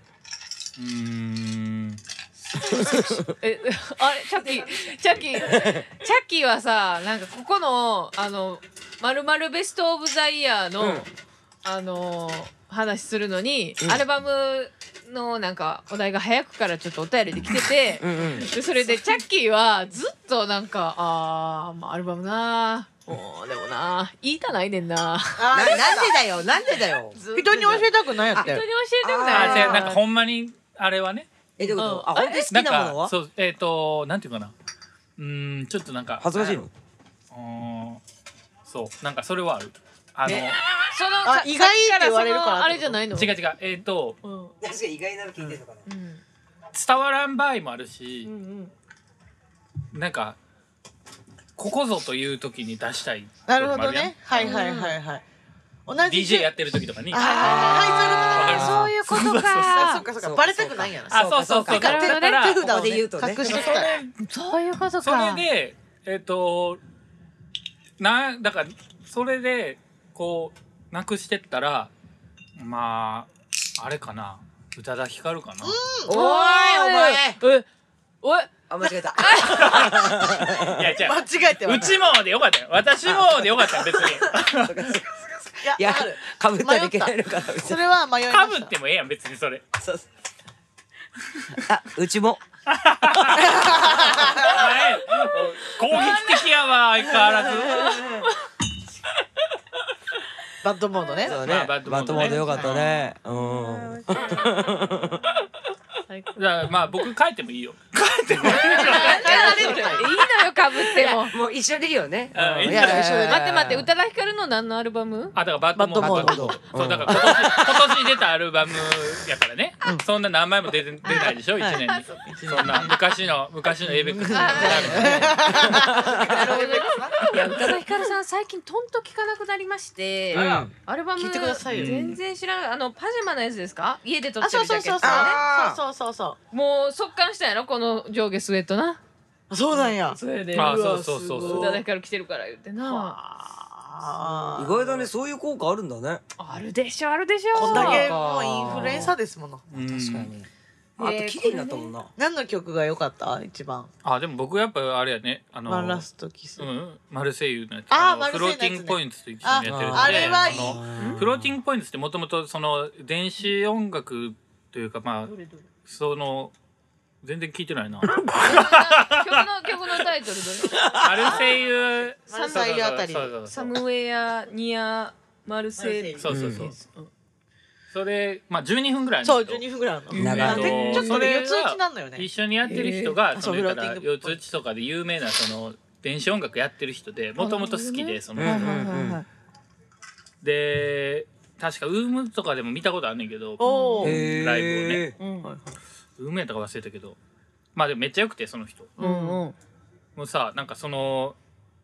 あれチャッキーはさ、なんかここのまるまるベストオブザイヤーの、話するのに、アルバムのなんかお題が早くからちょっとお便りで来てて、でそれでチャッキーはずっとなんかまあアルバムなもうでもな言いたないねんな。 なんでだよ。なんでだよ。 人に教えたくないやって。 人に教えたくない。 なんかほんまにあれはね。 どういうこと？本当に好きなものは？ そうなんていうかな。ちょっとなんか恥ずかしいの？ そうなんかそれはある。 その意外って言われるからあれじゃないの？ 違う。 確かに意外なの聞いてるのかな。 伝わらん場合もあるし、なんかここぞという時に出したい。 なるほどね。はい。同じ DJ やってる時とかに。 そういうことか。 そうか。バレたくないんやな。 そう。 なるほどね。 手札をね隠してたい。 そういうことか。 それでだからそれでこうなくしてったらまああれかな、宇多田ヒカルかな。 お前。 おい。 間違えた。 いや違う。 間違えてはない。 うちもでよかったよ。私もでよかったよ別に。 いやかぶったらいけないのかな。 それは迷いました。 かぶってもええやん別にそれ。 うちも。 お前攻撃的やわ相変わらず。 バッドモードね。 そうね。バッドモードよかったね。 じゃあまあ僕帰ってもいいよ。帰ってもいいよ。 いいのよかぶっても。 もう一緒でいいよね。 いいや一緒で待って宇多田ヒカルの何のアルバム？ だからバッドモード。そうだから今年出たアルバムやからね。そんな何枚も出ないでしょ1年に。そんな昔のエイベックス。 いや宇多田ヒカルさん最近とんと聞かなくなりまして、アルバム聞いてくださいよ。 全然知らない。パジャマのやつですか？家で撮ってるジャケットね。 そう。 もう速乾したんやろこの上下スウェットな。 そうなんや。 それでそう宇多田ヒカル来てるから言ってな。 意外だね。そういう効果あるんだね。 あるでしょ。 こんだけもうインフルエンサーですもの。 確かに。あと綺麗になったもんな。 何の曲が良かった一番？ でも僕やっぱあれやね。 ワンラストキス。 マルセイユのやつ。フローティングポイントと一緒にやってるんで。 あれはいい。 フローティングポイントってもともとその電子音楽というかその全然聞いてないな。 曲のタイトルどれ？ マルセイユマルセイユあたり。 サムウェアニアマルセイユ。 そう。それ12分ぐらい。 そう12分ぐらいあるの。 長い。ちょっと四つ打ちなんのよね。 一緒にやってる人がその言ったら四つ打ちとかで有名なその電子音楽やってる人でもともと好きでその人で確かウームとかでも見たことあんねんけどライブをね。ウームやったか忘れたけどでもめっちゃよくてその人。もうさなんかその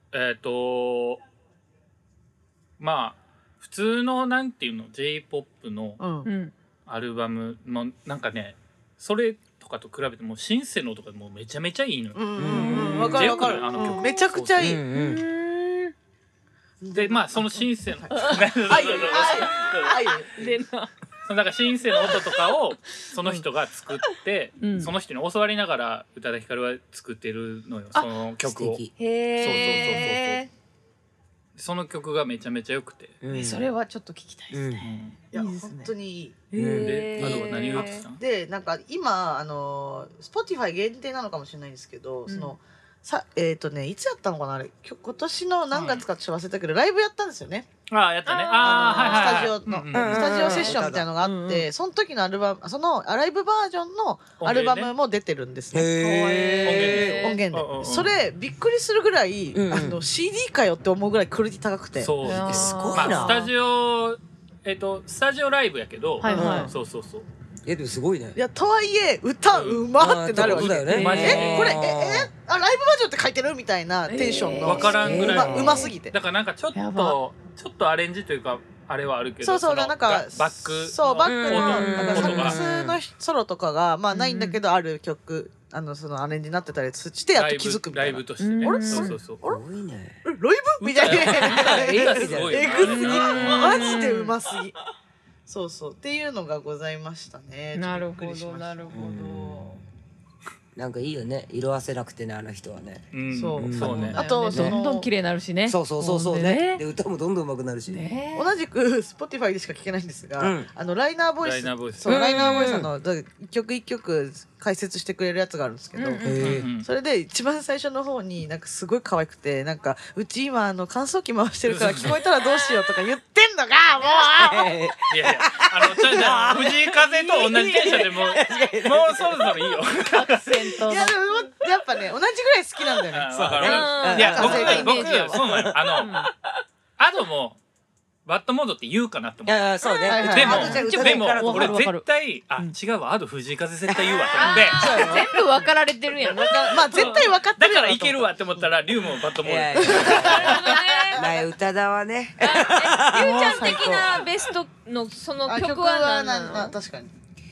普通のなんていうの J-POP のアルバムのなんかねそれとかと比べてもシンセのとかもめちゃめちゃいいのよ。 わかるあの曲めちゃくちゃいい。 でそのシンセのなんかシンセの音とかをその人が作ってその人に教わりながら宇多田ヒカルは作ってるのよその曲を。 へえ。 その曲がめちゃめちゃ良くて、 それはちょっと聞きたいですね。 いや本当にいい。 で何を言ってたの？ でなんか今Spotify 限定なのかもしれないんですけど、そのいつやったのかなあれ今年の何月かちょっと忘れたけどライブやったんですよね。 やったね。 スタジオセッションみたいなのがあってその時のアルバムそのライブバージョンのアルバムも出てるんですね。音源でそれびっくりするぐらいCD かよって思うぐらいクオリティ高くてそうすごいな。 スタジオライブやけどそうでもすごいね。 いやとはいえ歌うまってなるわけだよね。 これライブバージョンって書いてるみたいなテンションの分からんぐらいうますぎて。 だからなんかちょっとアレンジというかあれはあるけど、 そうそうのなんかバックそうバックのうんなんかサック音がスのソロとかがまあないんだけどある曲そのアレンジになってたりしてやっと気づくみたいな。 ライブとしてね。 あれそうそうそう。 すごいね。 ライブみたいな。 歌すごいよねえぐすぎマジでうますぎ。そうそうっていうのがございましたね。 なるほびっくりしましたどなるほど。 なんかいいよね。色あせなくてねあの人はね。 そうそうね。 あとどんどん綺麗になるしね。 そうそうそうそうね。で歌もどんどん上手くなるし。 ね。 同じく Spotify でしか聴けないんですが、ライナーボイスライナーボイスそうライナーボイス一曲一曲解説してくれるやつがあるんですけど、それで一番最初の方になんかすごい可愛くてなんかうち今乾燥機回してるから聞こえたらどうしようとか言ってんのがもういやいやちょっと藤井風と同じテンションでもうそろそろいいよ。 アクセントの。 いやでもやっぱね同じぐらい好きなんだよね。 わかる。 うんいや風のイ僕メージはそうなのアドもバッドモードって言うかなって思う。 そうね。 はいはいでもあとじゃあ歌でもでからと俺わかる絶対違うわアド藤井風絶対言うわと思って全部分かられてるやん。なるまあ絶対分かってだるからいけるわって思ったら龍もバッドモいやいード。 ほどね。 やまあ歌だわね。 ゆうちゃん的なベストのその曲は何なの？ 確かに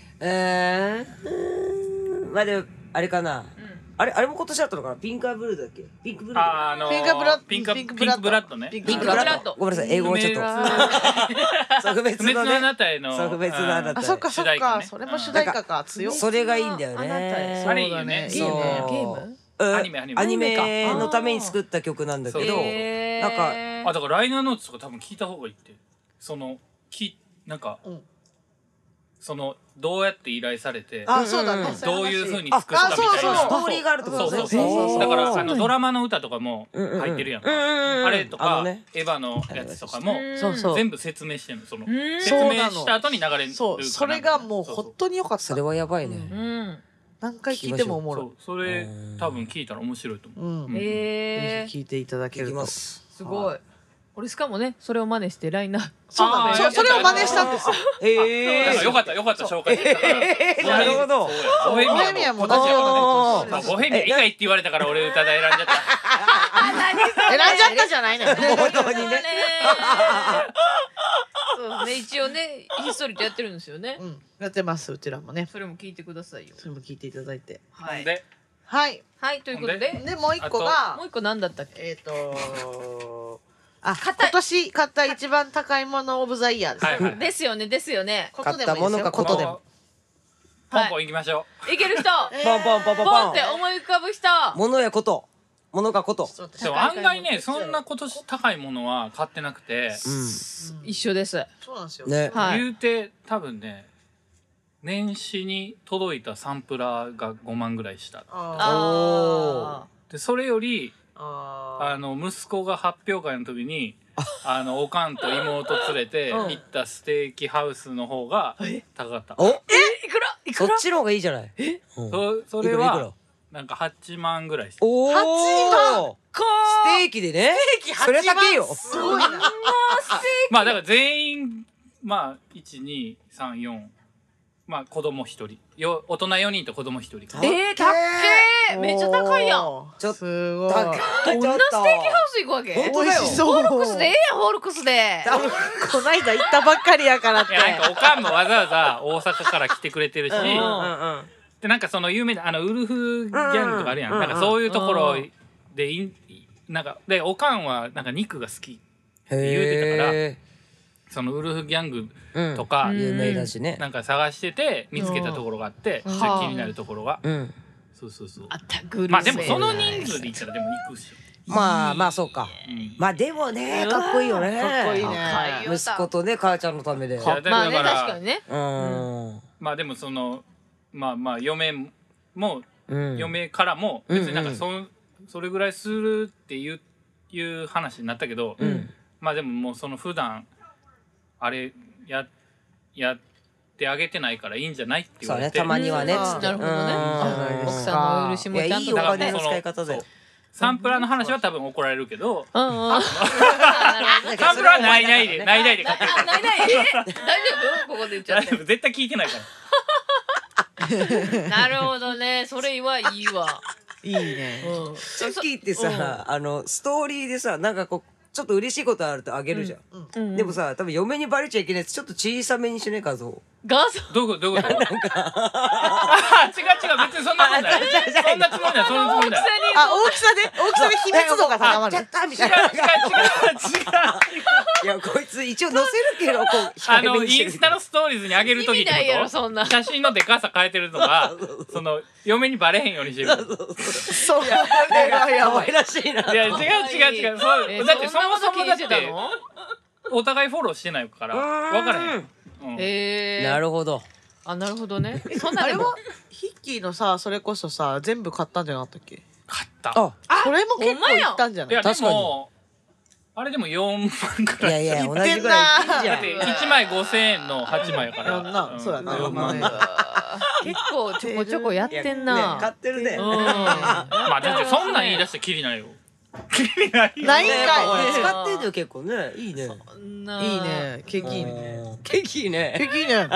まあでもあれかな。あれも今年だったのかな。ピンクブルーだっけ。ピンクブルー。 ピンクブラッドピンクブラッドね。 ピンピンクブラッドブラッド。ごめんなさい英語もちょっと。そう不別不滅のあのね。 なたへのそう不滅のあなたへあそっかそっ主題歌ねかそれも主題歌か強っ。 それがいいんだよあなたへね。 あれいいよね。 ゲームそうゲーム？ アニメアニメのために作った曲なんだけど、なんかあだからライナーノーツとか多分聞いた方がいいってなんかそのどうやって依頼されてあそうだね。 どういう風にあ作ったみたいなそうそうストーリーがあるってことそうですね。 だからドラマの歌とかも入ってるやんかあれとかエヴァのやつとかもそうそう全部説明してるの説そうなの明した後に流れるそうそれがもう本当に良かった。 それはやばいね。 何回聞いてもおもろい。 それ多分聞いたら面白いと思うぜひ聞いていただけると。 す。 すごい。俺しかもねそれを真似してラインナー。 そうなのよ。それを真似したんですよ。 だからよかった紹介してたからなるほど。 ボヘボヘミアンも同じようなボヘミアン以外って言われたから俺歌で選んじゃった選んじゃったじゃないのよ。 本当にね。 そうね一応ねひっそりとやってるんですよね。 やってますうちらもね。 それも聞いてくださいよ。 それも聞いていただいて。 はい。 ではい。 はいということででもう一個がもう一個何だったっけ？ 今年買った一番高いものオブザイヤーです。 はいはいですよねですよね。 ことでもいいですよ。ことでも。 ポンポン行きましょいける人。 ポンポンポンポンポンっポンて思い浮かぶ人。 物やこと物かことうでも案外ねそんな今年高いものは買ってなくて一緒です。 そうなんですよ。 ねはい。 言うて多分ね年始に届いたサンプラーが5万ぐらいしたあでそれよりあ息子が発表会の時におかんと妹連れて行ったステーキハウスの方が高かったおいくらいくら？ そっちの方がいいじゃないそれいくらいくらはなんか8万ぐらいしておお 8 ステーキでねそれ高いよすごいな。 まあだから全員まあ1234まあ子供1人大人4人と子供1人高っけーめっちゃ高いやん。 ちょっとすごい。 高いどんなステーキハウス行くわけ？ 本当だよ美味しそう。 ホールクスでええやんホールクスで。 こないだ行ったばっかりやからってい。やなんかおかんもわざわざ大阪から来てくれてるしうんでなんかその有名なウルフギャングとかあるやんなんかそういうところでなんかでおかんはなんか肉が好き言うてたからそのウルフギャングとか有名だしねなんか探してて見つけたところがあってちょっと気になるところがそうあったグルメ。 まあでもその人数で言ったらでも行くっしょまあそうかまあでもねかっこいいよねかっこいいね。 息子とね母ちゃんのためでいやまあねだから確かにね。 まあでもそのまあ嫁もうん嫁からも別になんかそれぐらいするっていう話になったけどまあでももうその普段あれやってあげてないからいいんじゃないって言われてそうねたまにはねつってなるほどね。奥さんの許しもちゃんといいお金の使い方だよサンプラーの話は多分怒られるけどうんうん。 サンプラーはないないで買ってるからないない大丈夫？ここで言っちゃって。 絶対聞いてないからなるほどね。それはいいわ。 いいね。 うん。 さっきってさストーリーでさなんかこうちょっと嬉しいことあるとあげるじゃん、でもさ多分嫁にバレちゃいけないやつちょっと小さめにしねえかぞ。 画像どういうこと違う別にそんなことないそんなつもりないそんなつもりない大きさで秘密度が高まる。 やったみたい違う違うな。 違ういやこいつ一応載せるけどこう控えめにしてるインスタのストーリーズに上げる時って意味ないやろこそんなと写真のでかさ変えてるとかその嫁にバレへんようにしてるそうやばいやばい。 可愛らしいな。 いや違うそうだってそもそもだってそんなこと気にしてたのお互いフォローしてないから分からへん、 なるほど。 あ、なるほどね。そんなでもあれはヒッキーのさそれこそさ全部買ったんじゃなかったっけ？ 買ったあそれも結構いったんじゃない？ いやで確かにもあれでも4万くらいいやいや同言ってんなじぐらい言ってんじゃん。 だって1枚5,000円の8枚やからやんな、そうやな。 4万結構ちょこちょこやってんいやねな。 買ってるね。 まあだってそんなん言い出してきりないよきりないよないんねかい。 使ってんのよ結構ね。いいね。 いいね。景気いいね。 ケーキいいね。 景気いいね。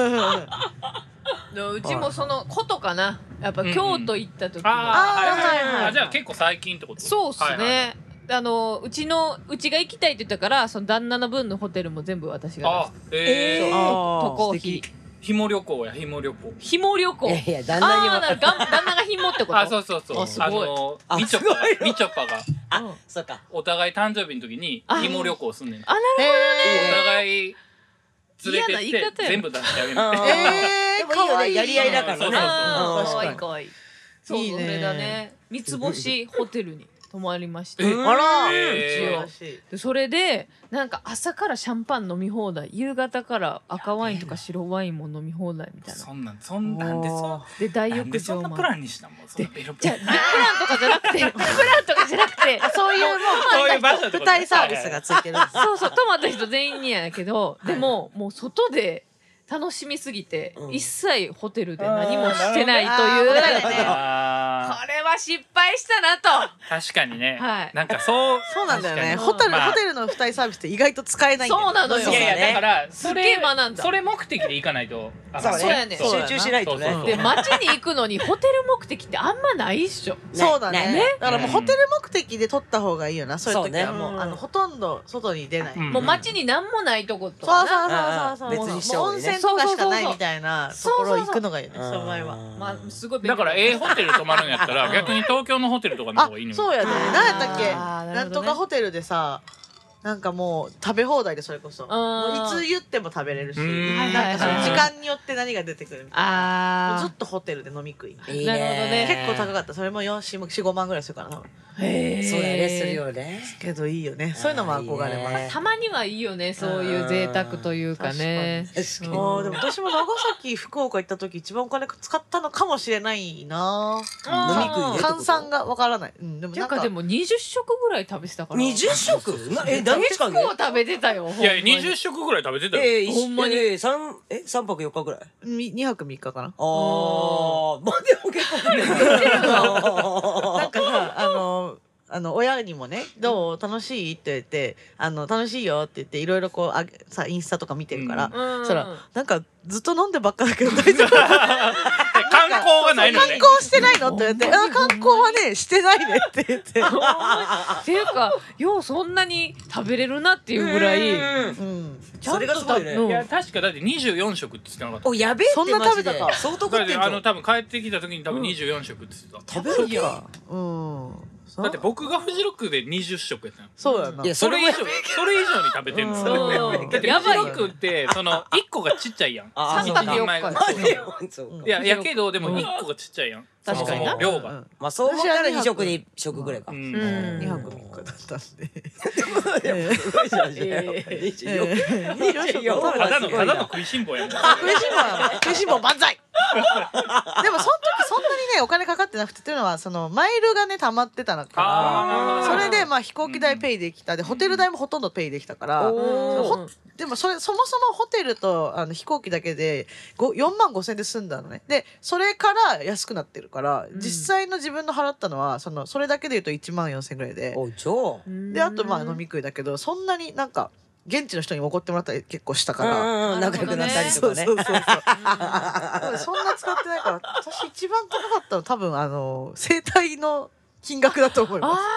うちもそのことかな。やっぱ京都行った時の。 あじゃあ結構最近ってこと？ そうっすね。うちが行きたいって言ったからその旦那の分のホテルも全部私が出して渡航費ひも旅行やひも旅行ひも旅行いやいや旦那には旦那がひもってこと？ あそうそうそうあすごいみちょぱがあそうか。 お互い誕生日の時にひも旅行すんねんあ、なるほどね。 お互い連れてっ嫌な言い方やて全部出してあげるでもいいよねやり合いだからね。 そうそうかわいいかわいい。そういいねそれだね。三つ星ホテルに泊まりまして。 えあら。 えでそれでなんか朝からシャンパン飲み放題、夕方から赤ワインとか白ワインも飲み放題みたいな。 そんなんでで大なんで浴場もそんなプランにしたもんそんなベロベロじゃあプランとかじゃなくてそういうもうそういう場所ってこと舞台サービスがついてるんです。 そう泊まった人全員にやけど、でももう外で楽しみすぎて、一切ホテルで何もしてないというこれあは失敗したなと。 ー確かにねはいなんかそうそうなんだよね。 確かにホテルの舞台サービスって意外と使えないんだよ。 そうなのよいやいやだからすっげえ学んだそれ目的で行かないとそうやねん集中しないとね。 そうで街に行くのにホテル目的ってあんまないっしょ。 そうだねね。だからもうホテル目的で取った方がいいよな。そういう時はそうねもうほとんど外に出ない。 うんもう街に何もないとことそうかな。 そう別にしたもう温方がいいね泉とかしかないみたいなところ行くのがいいよね。 そうその場合は。 まあすごいだからホテル泊まるんやったら逆に東京のホテルとかのあ方がいいのよそうやね。何やったっけ？ あーなるほどねなんとかホテルでさ。なんかもう食べ放題でそれこそもういつ言っても食べれるしうんなんかその時間によって何が出てくるみたいなもうずあっとホテルで飲み食いいいなるほどね結構高かったそれも4,5万ぐらいするからなあへえそうだねするよね。 けどいいよねそういうのも憧れますいいねたまにはいいよねそういう贅沢というかね。 確かにでも私も長崎福岡行った時一番お金使ったのかもしれないな飲み食いね換算がわからないでもていうかでも20食ぐらい食べてたから 20食何日間結構食べてたよ。 いや20食ぐらい食べてたよほんまに 3泊4日ぐらい。 2泊3日かなまあでも結構食ってるなんかさ親にもね「どう楽しい?」って言って「楽しいよ」って言っていろいろこうさインスタとか見てるから、そしたらなんかずっと飲んでばっかだけど大丈夫観光がないの観ね光してないのって言って「観光はねしてないね」って言ってっていうかようそんなに食べれるなっていうぐらいそれがすごいね。 いや確かだって24食って言ってなかったおやべえってそんな食べたかマジで相当食だってってんぞ。 多分帰ってきた時に多分24食って言ってた食べるか。 だって僕がフジロックで20食やったのそうやな。 いやそれ以上それに食べてるんですようんだってフジロックってその1個がちっちゃいやんあ一 3泊人前 4 が日そういやけどでも1個がちっちゃいやん確かになそもそも量がまあそう思ったら2食で1食ぐらいか。 うん 2泊3日だったんで。 すごいじゃん。24 ただの食いしん坊やん食いしん坊万歳でもその時そんなにねお金かかってなくてっていうのはそのマイルがね溜まってたのからそれでまあ飛行機代ペイできたでホテル代もほとんどペイできたからでもそもそもホテルと飛行機だけで4万5千で済んだのねでそれから安くなってるから実際の自分の払ったのはそれだけでいうと1万4千ぐらいでおじゃあであとまあ飲み食いだけどそんなになんか現地の人に怒ってもらったり結構したから仲良くなったりとかね。 そうそんな使ってないから私一番高かったの多分整体の金額だと思います。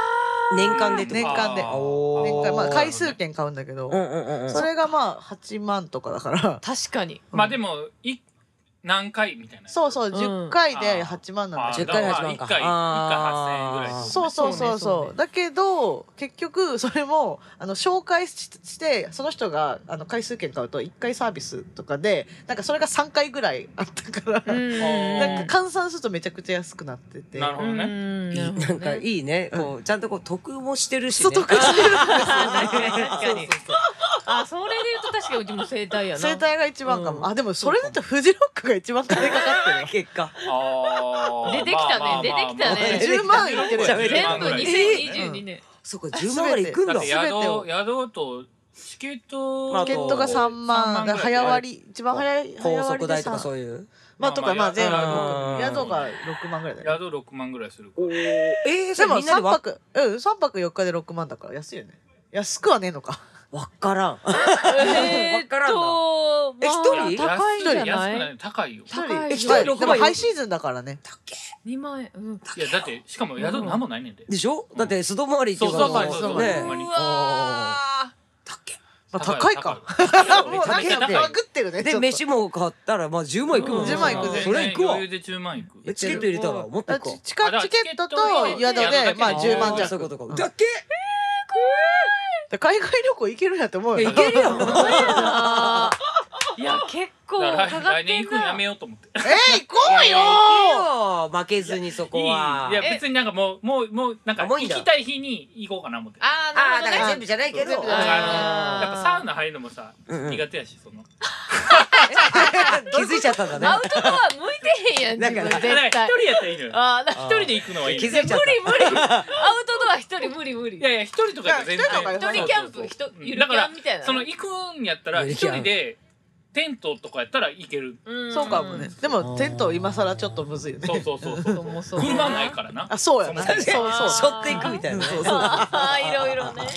年間でってこと年間で年間まあ回数券買うんだけどそれがまあ8万とかだから確かにまあでも何回みたいな。 そうそう10回で8万なんだ 10回で8万か 1回8000円ぐらい。 そうそうそうそうだけど結局それも紹介してその人が回数券買うと1回サービスとかでなんかそれが3回ぐらいあったからなんか換算するとめちゃくちゃ安くなっててなるほどね。 なんかいいねこうちゃんとこう得もしてるしねそう得してるんですよ確かにあそれで言うと確かにうちも整体やな整体が一番かもでもそれだとフジロックが一番金かかってるわ結果出てきたね出てきたね 10万いってる全部2022年そっか10万までいくんだだって宿とチケットチケットが3万早割一番早い高速代とかそういうまあとかまあ全部うん宿が6万ぐらいだよ宿6万ぐらいするか。 でも3泊3泊4日で6万だから安いよね安くはねえのかわからん一からんな人高いんじゃ安くなないい高いよ。 一人 6万でもハイシーズンだからね 2万円いやだってしかも宿なんもないねんで。 でしょだって素泊まりっていうそうかそうねほんまにうわ高いかもうなんかバグってるねで飯も買ったらまあ10万いくもん 10万いくねそれいくわ余裕で10万いく。 チケット入れたらもっといくかチケットと宿でまあ10万弱そういうことかだっけ海外旅行行けるんやって思うよいけるよいや結構だからかかってん来年行くのやめなようと思って。 行こうよ負けずにそこはいや別になんかもうなんかもういいんだ行きたい日に行こうかな思って。 あーなるほどねだから全部じゃないけど全部じゃないやっぱサウナ入るのもさ苦手やしその。 気づいちゃったんだねアウトドア向いてへんやん自分だから絶対一人やったらいいのよ。一人で行くのはいいの。 気づいちゃった無理アウトドア一人無理いやいや一人とかやったら全然。 いや一人キャンプゆるキだからャンみたいなその行くんやったら一人でテントとかやったら行ける。 そうかもねでもテント今更ちょっとむずいよねそう。車ないからな。 あそうやなそうそもそうしょっていくみたいなねいろいろねなる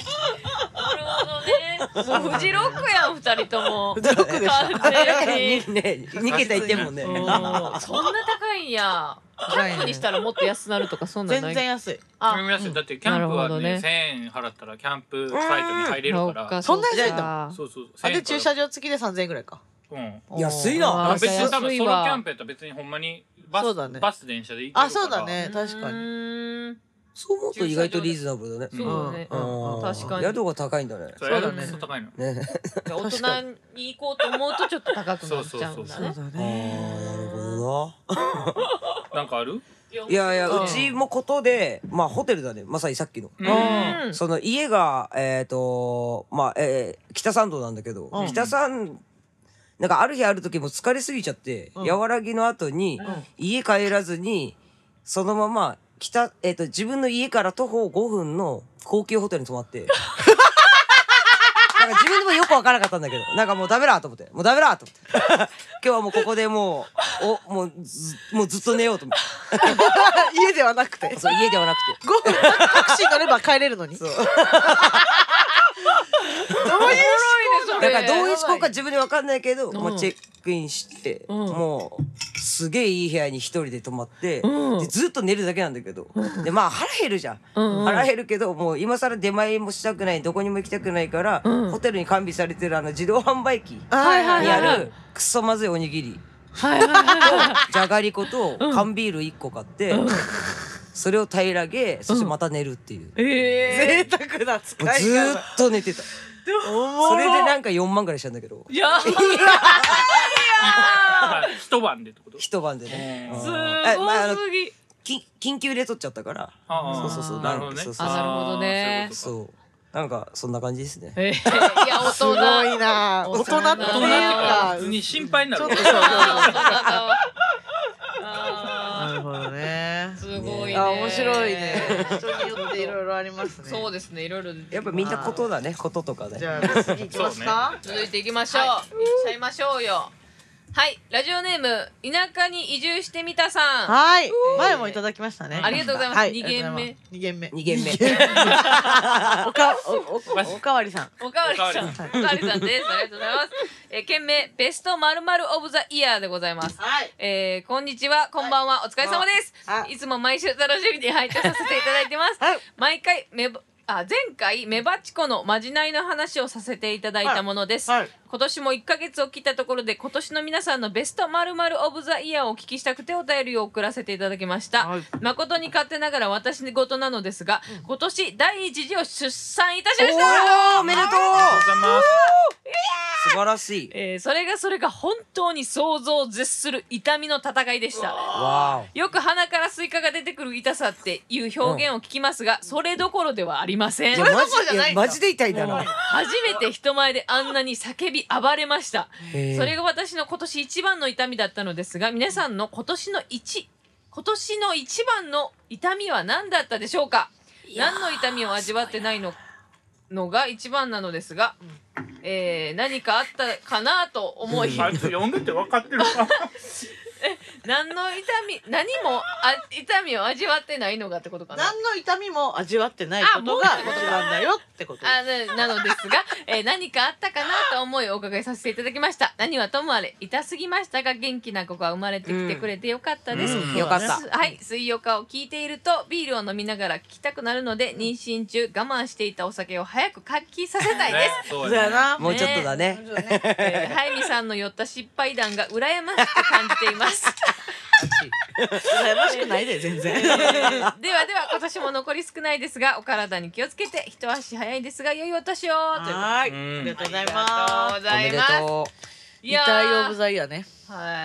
ほどねもうフジロックやん二人ともフジロックでした完全に 2桁いってんもんねそんな高いんやキャンプにしたらもっと安なるとかそんなんない全然安いだってキャンプはなるほどねね1000円払ったらキャンプサイトに入れるからそんな安いんだそうそうで駐車場付きで3000円ぐらいか安いな別に多分ソロキャンプやったら別にほんまにバス電車で行けるからあそうだね確かにそう思うと意外とリーズナブルだねそうね確かに宿が高いんだねそうだね高いのね大人に行こうと思うとちょっと高くなっちゃうんだねなるほどななんかあるいやいやうちもことでまあホテルだねまさにさっきのその家がまあ北参道なんだけど北参なんかある日ある時も疲れすぎちゃって和らぎの後に家帰らずにそのまま自分の家から徒歩5分の高級ホテルに泊まってなんか自分でもよくわからなかったんだけどなんかもうダメだと思ってもうダメだと思って今日はもうここでもうずっと寝ようと思って家ではなくてそう家ではなくて 5分タクシー乗れば帰れるのにそうどういうだからどういう思考か自分で分かんないけど、まあ、チェックインして、もうすげえいい部屋に一人で泊まって、でずっと寝るだけなんだけど、でまあ腹減るじゃん、腹減るけどもう今更出前もしたくないどこにも行きたくないから、ホテルに完備されてる自動販売機にあるクソまずいおにぎりとじゃがりこと缶ビール1個買って、それを平らげそしてまた寝るっていう、 贅沢な使い方ずーっと寝てた。それでなんか4万ぐらいしたんだけどいや一晩でってこと一晩でねすごすぎ緊急で取っちゃったからそうなるほどねなるほどねそうなんかそんな感じですねいや大人すごいな大人っていうか普通に心配になるちょっとなるほどねすごいね面白いね人によっていろいろありますねそうですねいろいろやっぱみんなことだねこととかねじゃあ次行きますか続いていきましょういっちゃいましょうよはい、ラジオネーム田舎に移住してみたさん。 はい、前もいただきましたね。 ありがとうございます。二軒目。 二軒目。 二軒目。 おかわりさん。 おかわりさん。おかわりさんです。ありがとうございます。件名ベスト〇〇オブザイヤーでございます。 はい。 こんにちは、こんばんは、お疲れ様です。いつも毎週楽しみに拝聴させていただいてます。毎回前回メバチコのまじないの話をさせていただいたものです、今年も1ヶ月を切ったところで今年の皆さんのベスト〇〇オブザイヤーをお聞きしたくてお便りを送らせていただきました、誠に勝手ながら私事なのですが、今年第一次を出産いたしました。 おめでとうございます。素晴らしい、 それが本当に想像を絶する痛みの戦いでした。よく鼻からスイカが出てくる痛さっていう表現を聞きますが、それどころではありません。 マジで痛いんだな。 初めて人前であんなに叫び暴れました。それが私の今年一番の痛みだったのですが、皆さんの今年の一番の痛みは何だったでしょうか。何の痛みを味わってないのが一番なのですが、何かあったかなと思い、 あいつ読んでて分かってるか何も痛みを味わってないのがってことかな。 何の痛みも味わってないことが一番だよってことなのですが、何かあったかなと思いお伺いさせていただきました。何はともあれ痛すぎましたが、元気な子が生まれてきてくれてよかったです、 よかった。 はい、水曜日を聞いているとビールを飲みながら聞きたくなるので、妊娠中我慢していたお酒を早く解禁させたいです。 そうだな、 もうちょっとだね。 ハイミさんの酔った失敗談が羨ましく感じています。 羨ましくないで全然。 では今年も残り少ないですが、お体に気をつけて一足早いですが良いお年を。 はい、ありがとうございます。 おめでとう。 痛いオブザイヤーね。 はい、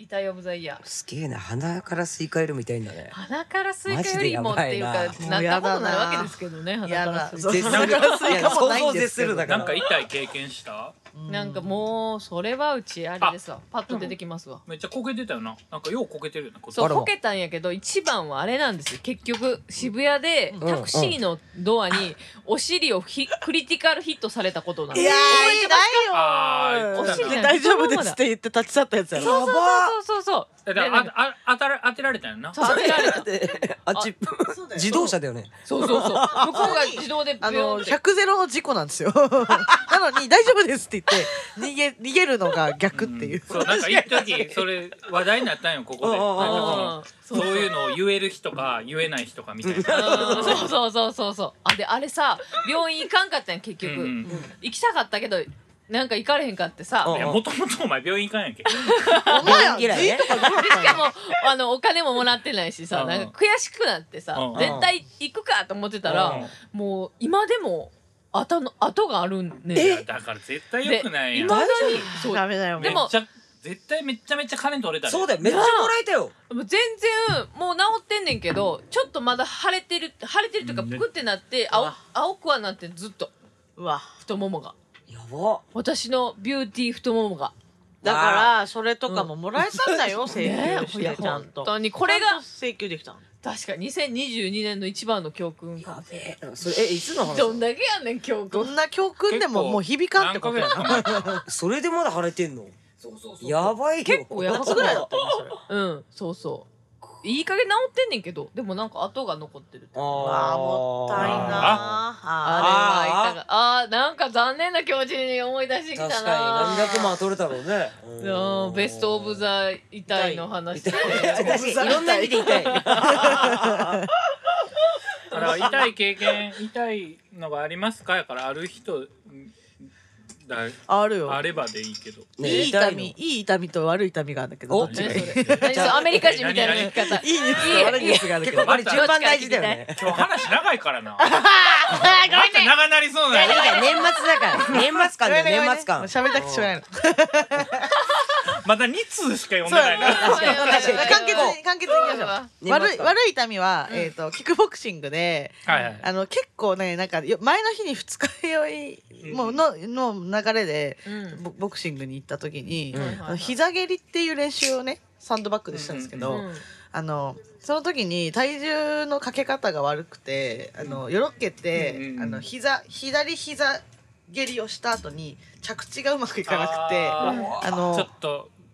痛いオブザイヤー。 すげえな、鼻からスイカよりみたいんだね。 鼻からスイカよりもっていうか、なったことないわけですけどね。鼻からスイカ。 鼻からスイカもないんですけど。 なんか痛い経験した？ なんかもうそれはうちあれですわ、パッと出てきますわ。 めっちゃこけてたよな。なんかようこけてるよな。 そうこけたんやけど、一番はあれなんですよ。結局渋谷でタクシーのドアにお尻をクリティカルヒットされたことなんです。 いやー、お尻大丈夫ですって言って立ち去ったやつやろ。 そう当てられたよな。 当てられた。 あっち自動車だよね。 そう向こうが自動で 100ゼロの事故なんですよ。なのに大丈夫ですって言って逃げるのが逆っていう。 そう、なんか一時それ話題になったんよ、ここで。そういうのを言える人か言えない人かみたいな。 そうで、あれさ、病院行かんかったんや結局。行きたかったけどなんか行かれへんかってさ。 いや、もともとお前病院行かんやんけ。 お前やん。しかもお金ももらってないしさ、なんか悔しくなってさ、絶対行くかと思ってたら、もう今でも跡があるんね。 だから絶対良くないやん。 未だにそうダメだよ。 でも絶対めちゃめちゃ金取れた。 そうだよ、めっちゃもらえたよ。 全然もう治ってんねんけど、ちょっとまだ腫れてるというか、ぷくってなって青くはなってずっと。 うわ、 太ももが。 やば。 私のビューティー太ももが。 だからそれとかももらえたんだよ、請求してちゃんと。 本当にこれが請求できた。 確か2022年の一番の教訓か。 それいつの話？ どんだけやねん教訓。 どんな教訓でももう響かんってことやな。 それでまだ腫れてんの？やばいよ。 結構やばくない？ だったそういい加減治ってんねんけど、でもなんか跡が残ってる。 ああ、もったいな。 なんか残念な気持ちに思い出してきたな。 確かに何百万取れたろうね。 ベストオブザ痛いの話で。 いろんな意味で痛い。 痛い経験、痛いのがありますかやから、ある人あるよ。 あればでいいけど。 いい痛みと悪い痛みがあるんだけど、どっちがいい？ アメリカ人みたいな言い方。 いいニュースと悪いニュースがあるけど、 あれ順番大事だよね。 今日話長いからな。また長なりそうな。 年末だから。年末感だよ、年末感。 喋りたくてしょうがないの。 まだ2通しか読んでないな。 簡潔にいきましょう。悪い痛みはキックボクシングで、結構ね、なんか前の日に二日酔いの流れでボクシングに行った時に膝蹴りっていう練習をねサンドバッグでしたんですけど、その時に体重のかけ方が悪くてよろけて左膝蹴りをした後に着地がうまくいかなくてちょっと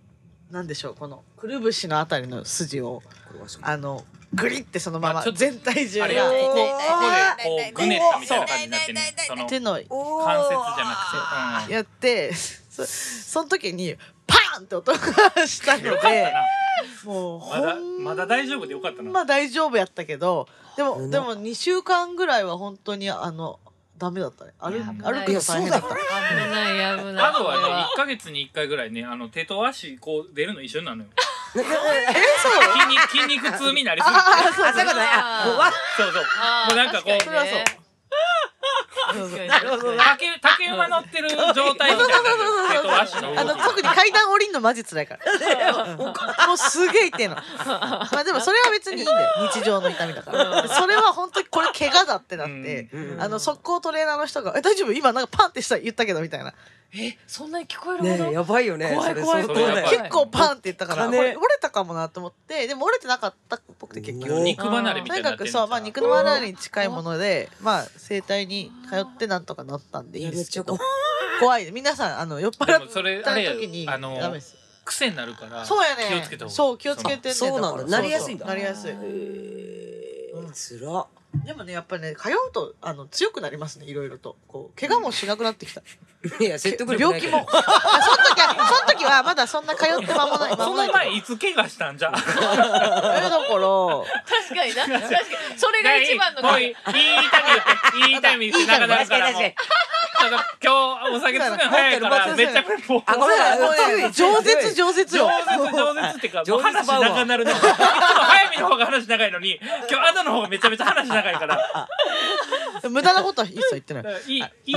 なんでしょう、このくるぶしのあたりの筋をグリってそのまま全体重がここでこうぐねったみたいな感じになってね、その手の関節じゃなくて、 やってその時にパーンって音がしたのでもうまだ大丈夫でよかったな。 まあ大丈夫やったけど、でも2週間ぐらいは本当にダメだったね。歩くの大変だった。 危ない危ない。 あとはね、1ヶ月に1回ぐらいね、手と足こう出るの一緒になるのよ。 そう筋肉痛になりすぎて。 そういうことね。 そうそう。もうなんかこう。 それはそう。 なるほどね。 竹馬乗ってる状態みたいな。手と足の動き。 特に階段降りんのマジ辛いからもうすげえ痛いの。まあでもそれは別にいいんだよ、日常の痛みだからそれは本当にこれ怪我だってなって速攻トレーナーの人が「大丈夫今なんかパンって言ったけど」みたいな。 そんなに聞こえるほどね、やばいよね。 怖い怖いそれ相当だよ結構パンって言ったからこねれ折れたかもなと思って、でも折れてなかったっぽくて結局肉離れみとにたいになってるかくそう、まあ肉の離れに近いもので、まあ整体に通ってなんとかなったんでいいんですけど、怖い皆さん酔っ払った時にダメです。 癖になるからそうやね、 気をつけた方がいい。 そう気をつけてね。 そうなんだ、なりやすいんだ。 なりやすい。 つら。 でもねやっぱりね通うと強くなりますね、いろいろとこう怪我もしなくなってきた。 いや説得力病気もその時はまだそんな通って間もない。 その前いつ怪我したんじゃ。 だから確かにな、確かにそれが一番の。 もういい痛み言っていい痛み言って長なるからもう。今日お酒つくの早いからめっちゃもう。 饒舌饒舌ってかもう話長なるね。いつも早見の方が話長いのに今日アドの方がめちゃめちゃ話長いから。 無駄なことは一切言ってない。 いい痛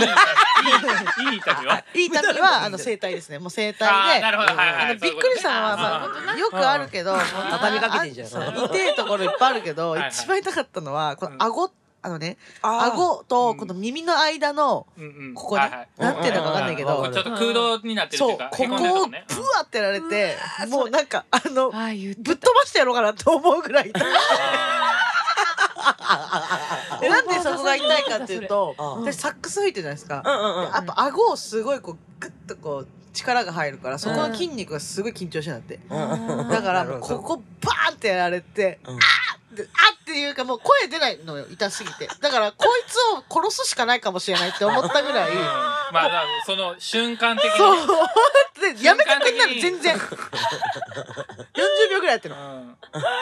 みは整体ですね。もう整体でびっくりしたのはまあよくあるけど畳みかけてんじゃん。 痛いところいっぱいあるけど一番痛かったのはこの顎顎とこの耳の間のここね、なんていうのかわかんないけどちょっと空洞になってるっていうか、 ここをブワーってやられて、もうなんかぶっ飛ばしてやろうかなと思うぐらい痛い。なんでそこが痛いかっていうと、私サックス吹いてるじゃないですか。やっぱ顎をすごいこうグッとこう力が入るから、そこの筋肉がすごい緊張してなって、だからここバーンってやられて、あっていうかもう声出ないのよ、痛すぎて。だからこいつを殺すしかないかもしれないって思ったぐらい。 まあその瞬間的にそうやめてくんなら全然40秒ぐらいやってるの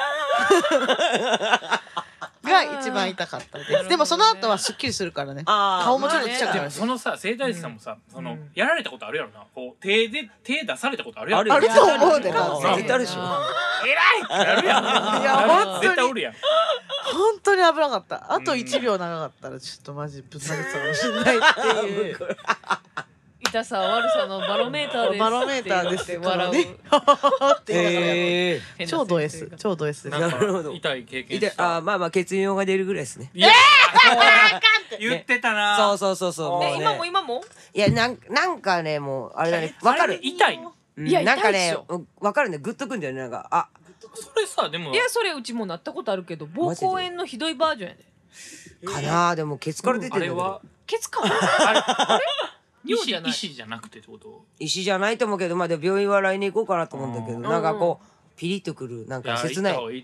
が一番痛かったです。でもその後はすっきりするからね。顔もちょっとちっちゃくなるし。 そのさ整体師さんもさ、やられたことあるやろな。こう手出されたことあるやろ。 あると思うでな。 絶対あるでしょ。 偉いってなるやん。 いや本当に絶対おるやん。 本当に危なかった。あと1秒長かったらちょっとマジぶん投げてたかもしれないっていう。 痛さ悪さのバロメーターです。 バロメーターですって笑う。って超ド S 超ド S です。 なるほど。 痛い経験した。 まあ血尿が出るぐらいですね。 言ってたな。 そう今もいやなんかね、もうあれだね、わかる。 痛いの。 いやなんかねわかるね、グッとくんだよね、なんかそれさでも。 いやそれうちもなったことあるけど、膀胱炎のひどいバージョンやで。 かな。でもケツから出てるんだけど。 ケツか。あれ？ 石じゃなくてってこと？ 石じゃないと思うけど、まあでも病院は来年行こうかなと思うんだけど、なんかこうピリッとくる、なんか切ない。なんていう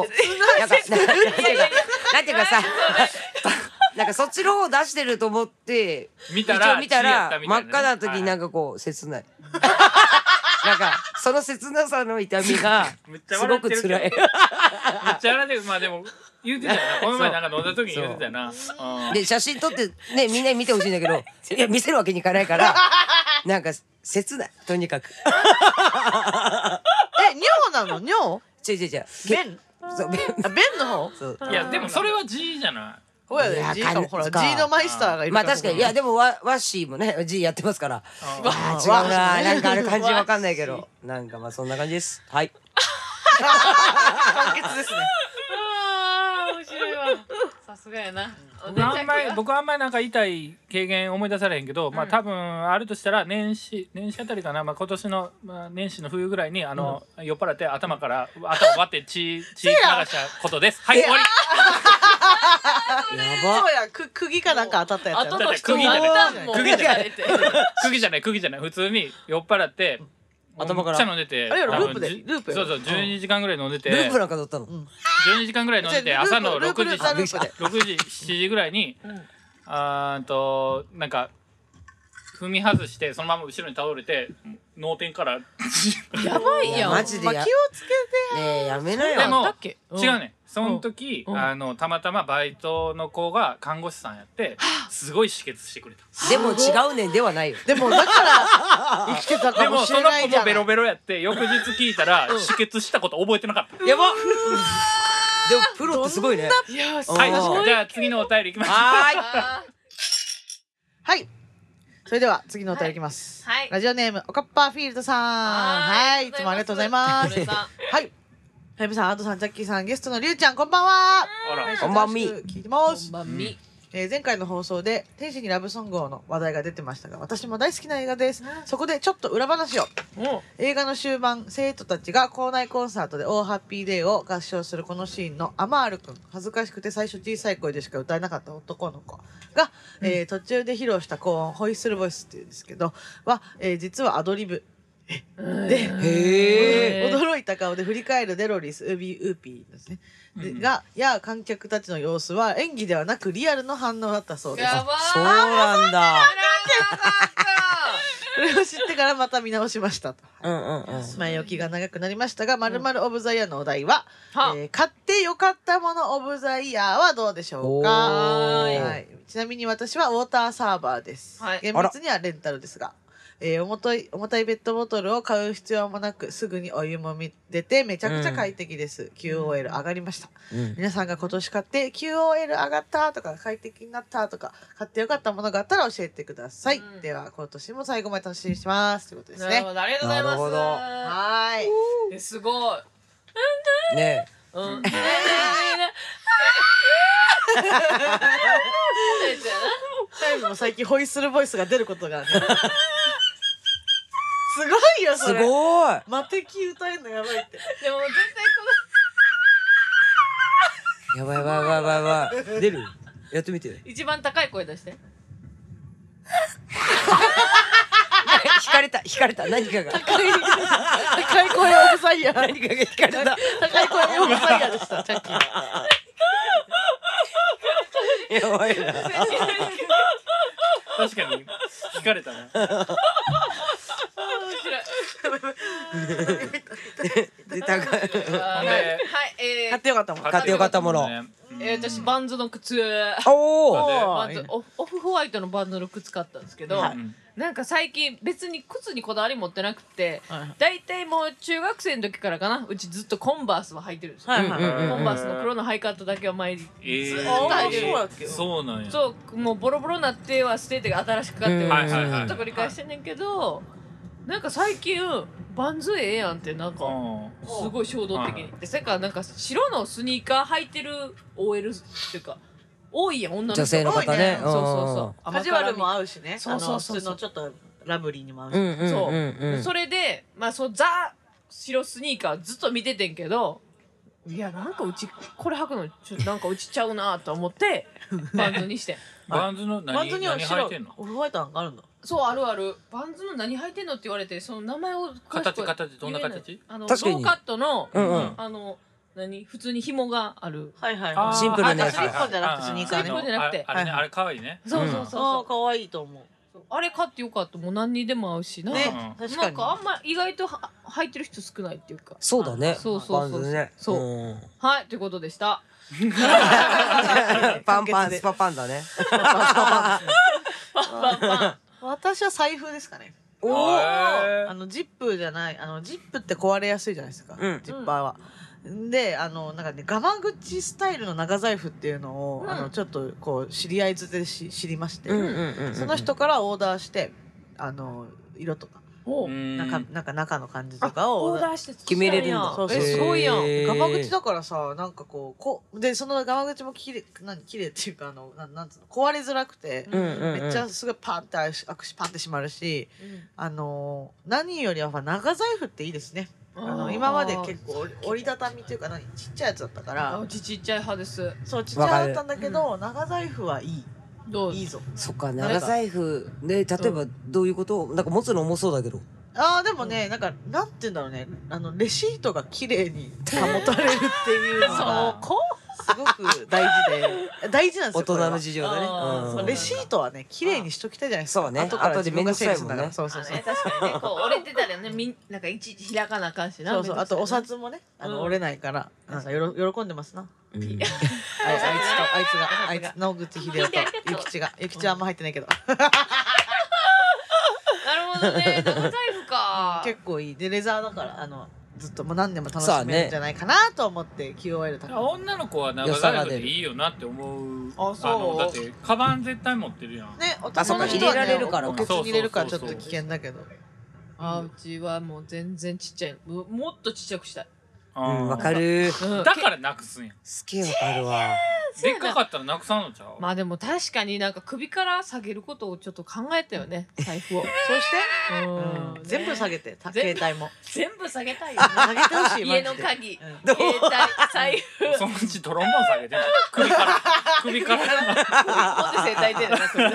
かさ、なんかそっちの方出してると思って見たら真っ赤な時になんかこう切ない。なんかその切なさの痛みがすごく辛い。めっちゃ笑ってる。まあでも言ってたよな。この前なんか飲んだ時に言ってたよな。 で写真撮ってね、みんなに見てほしいんだけど、いや見せるわけにいかないから、なんか切ない、とにかく。 尿なの？尿？ 違う。 便？便の方？ いやでもそれは G じゃない。 ほら G かも、ほら G のマイスターがいるから。 まあ確かに。いやでもワッシーもね G やってますから。違うな、なんかある感じわかんないけど、なんかまあそんな感じです。はい。 完結ですね。 面白いわ。さすがやな。 僕あんまりなんか痛い経験思い出されへんけど、まあ多分あるとしたら年始あたりかな、まあ今年の年始の冬ぐらいに酔っ払って頭割って血流したことです。はい、終わり。 やば。 そうや、釘かなんか当たったやつや。 釘じゃない。普通に酔っ払って頭からめっちゃ飲んでてあれやろ多分ループでじループやろそうそう12時間ぐらい飲んでてループなんか乗ったの 12時間ぐらい飲んでて朝の6時ループで 6時7時ぐらいになんか踏み外してそのまま後ろに倒れて脳天からやばいやん。 マジでまあ気をつけてねえやめなよでもあったっけうん違うねその時たまたまバイトの子が看護師さんやってすごい止血してくれたでも違うねんではないよでもだから生きてたでかもしもその子れないじゃないもベロベロやって翌日聞いたら止血したこと覚えてなかったやばでもプロってすごいねいやすはいあーじゃあ次のお便りいきましょうはーいあはいそれでは次のお便りいきます、 はいラジオネームおかっぱフィールドさんはいいつもありがとうございますこれさはいはやぶさんアドさんジャッキーさんゲストのりゅうちゃんこんばんはあらこんばんみ楽しく聞いてますこんばんみ。 前回の放送で天使にラブソングをの話題が出てましたが私も大好きな映画ですそこでちょっと裏話を映画の終盤生徒たちが校内コンサートで「オーハッピーデー」を合唱するこのシーンのアマール君恥ずかしくて最初小さい声でしか歌えなかった男の子が、途中で披露した高音ホイッスルボイスっていうんですけどは、実はアドリブでへえ驚いた顔で振り返るデロリスウーピーですね、や観客たちの様子は演技ではなくリアルの反応だったそうですやばそうなんだそれを知ってからまた見直しましたとうんうんうん前置きが長くなりましたが、〇〇オブザイヤーのお題は、 は買ってよかったものオブザイヤーはどうでしょうか。 はーいはい、ちなみに私はウォーターサーバーです。 はい厳密にはレンタルですが、重たいペットボトルを買う必要もなく、すぐにお湯も出てめちゃくちゃ快適です。QOL 上がりました。 うん皆さんが今年買って QOL 上がったとか快適になったとか買ってよかったものがあったら教えてください。では今年も最後まで楽しみにしてますということですね。 なるほどありがとうございます。 なるほどはーい。 すごい。 ねうん。 タイムも最近ホイッスルボイスが出ることが、ね、すごいよえすそれ。 ごいマテキ歌えんのやばいって。 でも絶対やばいやばいやばいやばいやばい出るやってみて一番高い声出して。 引かれた何かが高い声オブザイヤー。 何かが引かれた高い声オブザイヤーでした。さっき。 やばいな確かに聞かれたなで高いほんではい買ってよかったもん。 買ってよかったもの私バンズの靴おおバンズオフホワイトのバンズの靴買ったんですけど、 はいなんか最近別に靴にこだわり持ってなくて、 はいだいたいもう中学生の時からかなうちずっとコンバースは履いてるんですよ、 はいはいはい。 コンバースの黒のハイカットだけは毎日ずーっとああ履いてる、 そうだっけ。 そうなんやそうもうボロボロなっては捨てて新しく買ってうんははいはいはいずっと繰り返してんねんけど、なんか最近バンズええやんってなんかすごい衝動的に。でそれからなんか白のスニーカー履いてる OL っていうか多いやん女の人女性の方ねそうそうそうカジュアルも合うしね。 そうそうそう普通のちょっとラブリーにも合うし。 うんうんうんそう、 うんそれでまあザ白スニーカーずっと見ててんけど、いやなんかうちこれ履くのちょっとなんかうちちゃうなと思ってバンズにしてバンズのバンズには何履白いてんのオフホワイトなんかあるんだ。 そうあるあるバンズの何履いてんのって言われてその名前を詳しく形どんな形言えない確かにローカットの、 うんうん普通に紐があるはいはいあーシンプルなやつスリッパじゃなくてスニーカーねスリッパじゃなくてはいあれねあれ可愛いねそうそうそうああそう、 可愛いと思う。 あれ買ってよかったもう何にでも合うしな、 ね確かに。 なんかあんま意外と履いてる人少ないっていうかそうだねそうそうそうバンズねそうんはいということでしたパンパンスパパンだね私は財布ですかね。 おおジップじゃないジップって壊れやすいじゃないですか、 うんジッパーは。でなんかねガマ口スタイルの長財布っていうのを、ちょっとこう知り合いづてで知りまして、 うんうんうんうんその人からオーダーして色とかお中の感じとかをオーダーして決めれるんだそうそうすごいやんへーガマ口だからさなんかこうでそのガマ口も綺麗っていうかなんつうの壊れづらくて、 うんうんうんめっちゃすごいパンって開くしパンって閉まるし、何よりは長財布っていいですね。今まで結構折りたたみっていうかちっちゃいやつだったからうちちっちゃい派ですそうちっちゃいだったんだけど、長財布はいいどういいぞ。 そっか長財布で例えばどういうことなんか持つの重そうだけどでもねなんかなんて言うんだろうねレシートが綺麗に保たれるっていうのがすごく大事なんですよ。 大人の事情だね。 レシートはね綺麗にしときたいじゃないですか。 そうね。 後から自分が整理するんだから。 そう確かにねこう折れてたらねなんかいちいち開かなあかんしな。 そうあとお札もね折れないからなんか喜んでますな。あいつ野口英世とゆきちはあんま入ってないけど。 なるほどね。長財布か。 結構いいでレザーだからずっともう何年も楽しめるんじゃないかなと思って QOL 高い。 女の子は長財布でいいよなって思う。だってカバン絶対持ってるやん。 ね、男の人はね入れられるからおけつに入れるからちょっと危険だけど。 うちはもう全然ちっちゃいもっとちっちゃくしたい。 わかる。 だからなくすんやん。 すげえわかるわ。 でっかかったらなくさんのちゃう。 まあでも確かになんか首から下げることをちょっと考えたよね財布を。 そうして全部下げて携帯も全部下げたいよね。 下げてほしい。 家の鍵、携帯、財布。 そのうちトロンボーン下げてんじゃん。首から。 なんで整体出るのそれ。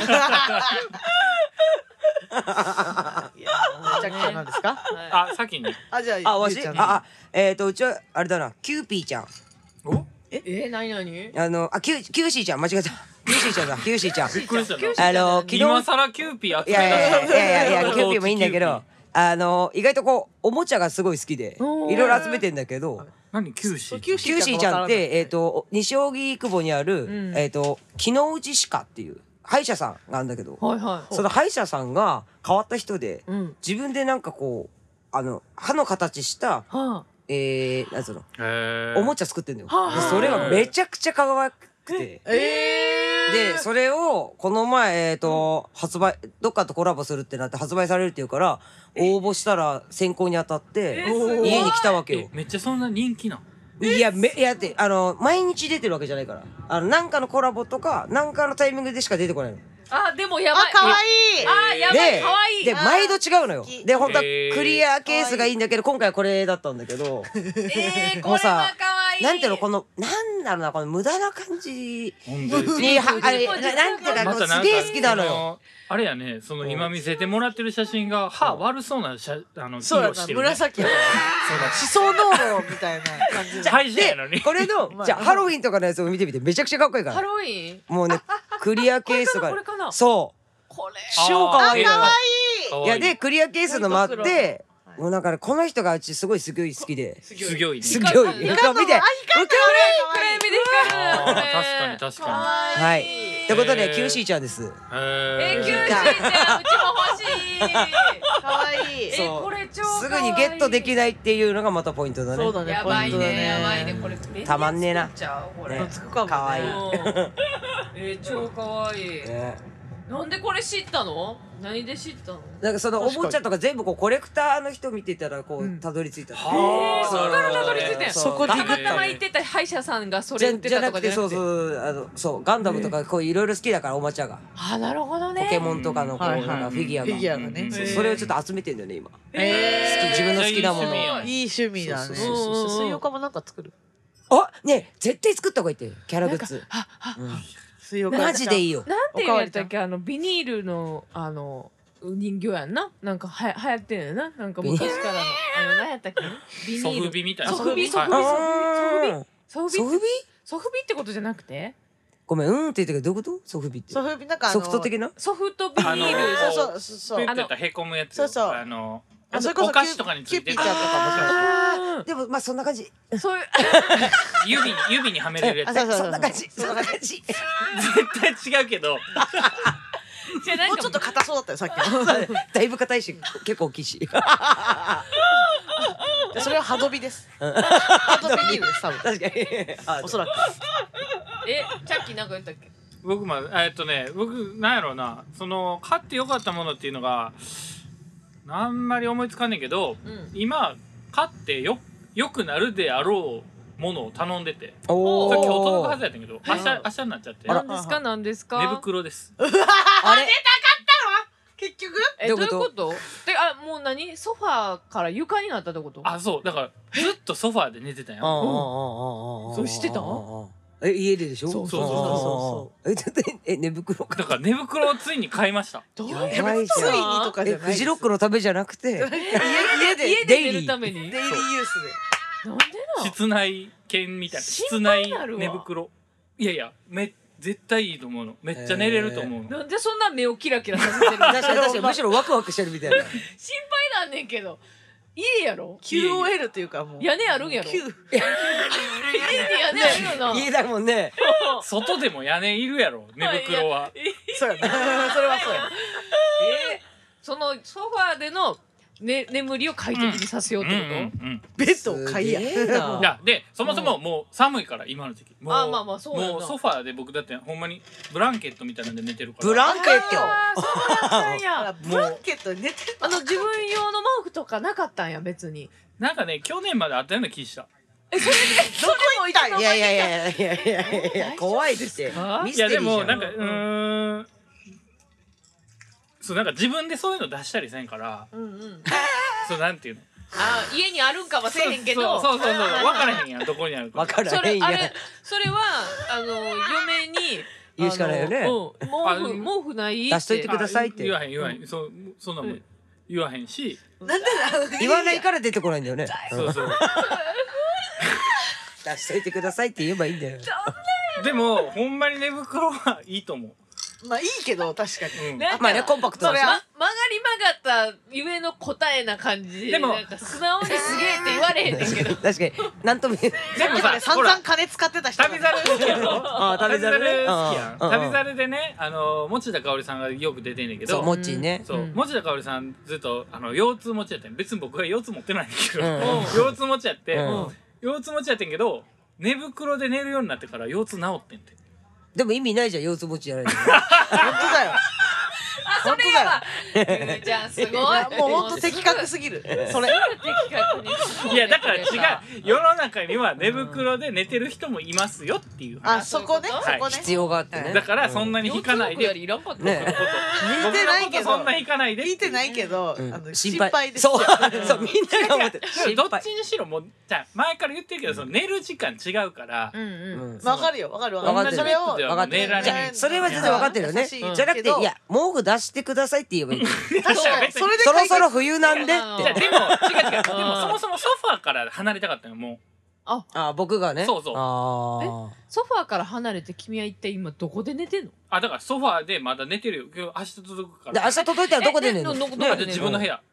じゃあ今日何ですか？ 先に。 じゃあわしうちはあれだなキューピーちゃん。 お？ 何キューシーちゃん間違えた。キューシーちゃんだ。キューシーちゃん。 びっくりした昨日今更キューピー集めいやキューピーもいいんだけど意外とこうおもちゃがすごい好きでいろいろ集めてんだけど。 何キューシー？ キューシーちゃんって西荻窪にある木之内歯科っていう歯医者さんがあるんだけど、その歯医者さんが変わった人で自分でなんかこう歯の形したなんつうのおもちゃ作ってんだよ。それがめちゃくちゃ可愛くて。でそれをこの前発売どっかとコラボするってなって発売されるっていうから応募したら選考に当たって家に来たわけよ。 めっちゃそんな人気なの？ いやって毎日出てるわけじゃないからなんかのコラボとかなんかのタイミングでしか出てこないの。 でもやばい。 可愛い。 やばい可愛い。 で毎度違うのよ。で本当はクリアケースがいいんだけど今回はこれだったんだけど。 これは可愛い。 なんていうのこのなんだろうなこの無駄な感じになんていうかすげえ好きなのよ。 あれやね今見せてもらってる写真が歯悪そうなそう色してる。 紫や。歯槽膿漏みたいな感じ。 歯医者やのに。 これのじゃハロウィンとかのやつを見てみてめちゃくちゃかっこいいから。 ハロウィン？ もうねクリアケースがそうこれ超かわいいのよ。 可愛い。 いやでクリアケースのもあってもうなんかねこの人がうちすごい好きで。 すごいね。 すごい。見て。 これ見て光る。 確かに。 はい。ということでキューシーちゃんです。 キューシーちゃんうちも欲しい。 可愛い。 そうこれ超すぐにゲットできないっていうのがまたポイントだね。 そうだね。 やばいねやばいねこれたまんねえな。 つくかもね。 可愛い。 超可愛い。なんでこれ知ったの？何で知ったの？ なんかそのおもちゃとか全部こうコレクターの人見てたらこうたどり着いた。 そっからたどり着いてん。 そこでたまたま行ってた歯医者さんがそれ売ってじゃなくてたとかじゃなくて。 そうガンダムとかこういろいろ好きだからおもちゃがなるほどね。 ポケモンとかのこうなんかフィギュアがね。 それをちょっと集めてんだよね今。自分の好きなもの。 いい趣味だね。水曜日もなんか作る。 ね絶対作った方がいいってキャラグッズ。マジでいいよ。 なんていうやったっけビニールの人形やんな。なんか流行ってんのよな。なんか昔からの何やったっけ？ビニール。 ソフビみたいな。 ソフビってことじゃなくて？ ごめんって言ったけどどういうこと？ソフビって。 ソフビなんかソフト的な？ ソフトビニール。 そう。ペッてやったらへこむやつ。 そう。それこそお菓子とかについてる。 キューピーちゃんとかもでもまあそんな感じ。 そういう指にはめれるやつ。 そんな感じ。そんな感じ。 絶対違うけど。 もうちょっと硬そうだったよさっきの。 だいぶ硬いし結構大きいし。 それはハドビです。ハドビニールです多分。 確かに。 おそらく。 チャッキーなんか言ったっけ？ 僕なんやろうな買ってよかったものっていうのがあんまり思いつかんねんけど、今買ってよくなるであろうものを頼んでて、今日届くはずやったんやけど明日になっちゃって。 何ですか？ 寝袋です。 あれ？ 結局？ どういうこと？でもう何？ソファーから床になったってこと？ そうだからずっとソファーで寝てたんや。 それ知ってた？ 家ででしょ。 そうそうちょっと寝袋か。 だから寝袋をついに買いました。 どうやばいじゃんついにとかじゃないフジロックのためじゃなくて家で家で寝るためにデイリーユースなんでな室内犬みたいな室心内配なるわ寝袋。いやいや絶対いいと思うの。めっちゃ寝れると思うの。 なんでそんな目をキラキラさせてるの確かにむしろワクワクしてるみたいな。 心配なんねんけど家やろで QOL っていうかもう屋根あるんやろ Q 家に屋根あるよな家だもんね。 外でも屋根いるやろ寝袋は。 そうやなそれはそうやそのソファーでの、眠りを快適にさせようってこと、 ベッドを買いやすげえないやでそもそももう寒いから今の時期。もうあまあまあそうやなもうソファーで僕だってほんまにブランケットみたいなんで寝てるから。 ブランケット。 あーそうなんやブランケットに寝て自分用の毛布とかなかったんや別になんかね去年まであったような気した。 どこ行ったんやいやいやいやいやいやいや怖いですってあいやでミステリーじゃん。 もなんかそうなんか自分でそういうの出したりせんからそうなんていうの家にあるんかはせえへんけどそう分からへんやんどこにあるか。 わからへんやん。 それは嫁に言うしかないよね毛布ない出しといてくださいって言わへんそんなもん言わへんし。 なんで言わないから出てこないんだよね。 そう出しといてくださいって言えばいいんだよ。 でもほんまに寝袋はいいと思う。 まあいいけど確かになんかまあねコンパクトだしな。 曲がり曲がったゆえの答えな感じででもなんか素直にすげえって言われへんねんけど確かになんとも言えない。 でもさ散々金使ってた人旅猿好きやろ。 あ旅猿好きやん。 うん旅猿でね持田香織さんがよく出てんねんけど。 そうモッチーね。 そう持田香織さんずっと腰痛持ちやってん。別に僕が腰痛持ってないんだけど腰痛持ちやって腰痛持ちやってんけど寝袋で寝るようになってから腰痛治ってんて。 でも意味ないじゃん腰痛持ちじゃないの。 本当だよそれやわゆうちゃんすごいもう本当的確すぎるそれ的確にいやだから違う世の中には寝袋で寝てる人もいますよっていう話。 あそこねはいそこね必要があってね。 だからそんなに引かないで。 いらんかったね見てないけど僕のことそんな引かないで。 見てないけど心心配ですそうそうみんなが思ってる。 どっちにしろもうじゃあ前から言ってるけどその寝る時間違うからわかるよわかるわわかってるそれを分かってる寝られないそれは全然分かってるよね。 優しいけどじゃなくていや毛布出してくださいって言えばいい。 確かにそれでそろそろ冬なんでっいやて。 でも違うでもそもそもソファーから離れたかったのもあ僕がね。 そうそうあソファーから離れて君は一体今どこで寝てんのだからソファーでまだ寝てるよ今日明日届くかあ。でら。 明日届いたらどこで寝るの？ どこでだって自分の部屋。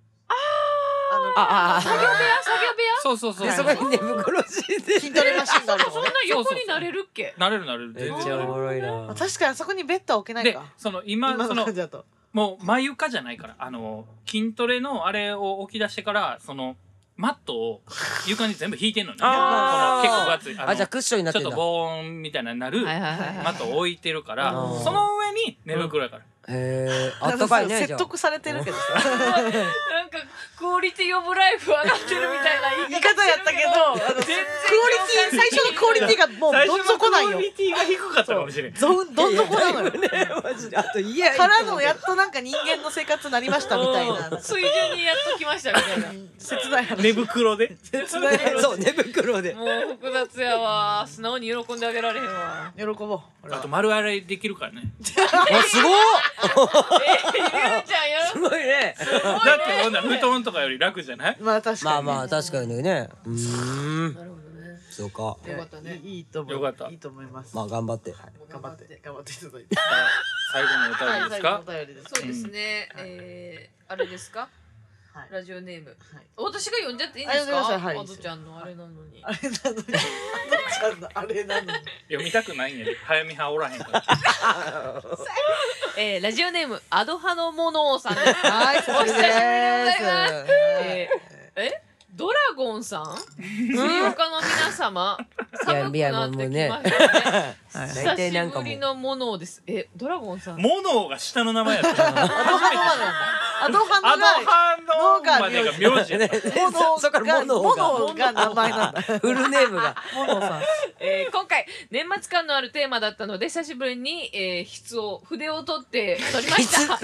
作業部屋そうでそこに寝袋敷いて。 筋トレマシンがあるとこねそんな横になれるっけなれる全めっち然なれる。 ゃおもろいな。 確かにあそこにベッドは置けないでかその今の今その感じだともう真床じゃないから筋トレのあれを置き出してからそのマットを床に全部引いてんのね。 あー結構分厚いあじゃあクッションになっちょっとてんだ。 防音みたいなになるはいはいはいはいマットを置いてるからうんその上に寝袋やから。 へえあったかいねじゃあ。 説得されてるけどさなんかクオリティオブライフ上がってるみたいな言い方やったけどクオリティ最初のクオリティがもうどん底なんよクオリティが低かったかもしれん。 どん底なのよマジであといやからのやっとなんか人間の生活になりましたみたいな水準にやっときましたみたいな切ない話寝袋で。 切ない話そう寝袋で。 もう複雑やわ素直に喜んであげられへんわ喜ぼう俺はあと丸洗いできるからね。 あすごっ。 ゆうちゃんやすごいね。 だってほんなら布団とかより楽じゃない？ まあ確かにねまあまあ確かにね。 なるほどねそうか。 よかったねいいと思うよかったいいと思いますまあ頑張って。 頑張っていただいて最後のお便りですか？ 最後のお便りですそうですねあれですかはいラジオネームはい私が読んじゃっていいんですかあ読んでくださいはいあとちゃんのあれなのにあれなのにあのちゃんのあれなのに読みたくないんやで。早見派おらへんから。 ラジオネームアドハのモノさんですはい久しぶりですお久しぶりでございますドラゴンさん水岡の皆様寒くなってきましたね大体なん久しかもうぶりのものですドラゴンさんモノが下の名前やった。 アドハノがまでが名字やった。 モノそっからモノがモノが名前なんだフルネームが。 モノさん今回年末感のあるテーマだったので久しぶりに、筆を取って取りました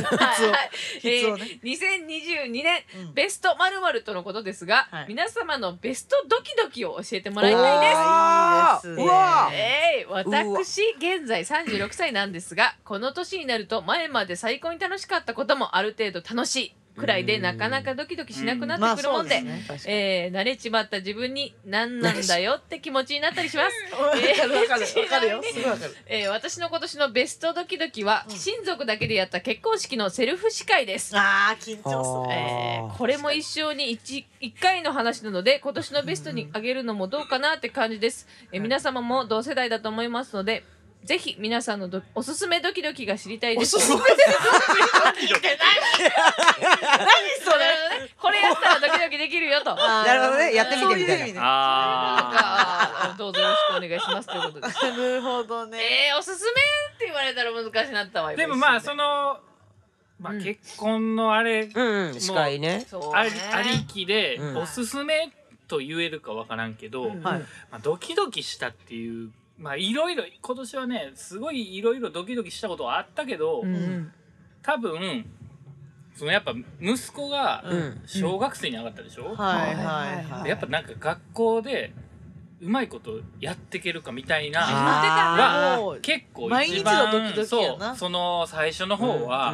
2022年、ベスト〇〇とのことですが、皆様のベストドキドキを教えてもらいたいです。私現在36歳なんですが、この年になると前まで最高に楽しかったこともある程度楽しいくらいでなかなかドキドキしなくなってくるもんで、慣れちまった自分に何なんだよって気持ちになったりします。 わかるよ、すごいわかる。 私の今年のベストドキドキは、親族だけでやった結婚式のセルフ司会です。 あー緊張する。 これも一生に1回の話なので、今年のベストにあげるのもどうかなって感じです。皆様も同世代だと思いますので、ぜひ皆さんのおすすめドキドキが知りたいです。 おすすめドキドキって何それ。 これやったらドキドキできるよと。 なるほどね、やってみてみたいな。 どうぞよろしくお願いしますということです。 なるほどね。 おすすめって言われたら難しなったわ。 でもまあその結婚のあれ司会ねありきでおすすめと言えるかわからんけど、ドキドキしたっていう。まあいろいろ今年はねすごいいろいろドキドキしたことはあったけど、多分そのやっぱ息子が小学生に上がったでしょ。やっぱなんか学校でうまいことやっていけるかみたいなは結構一番その最初の方は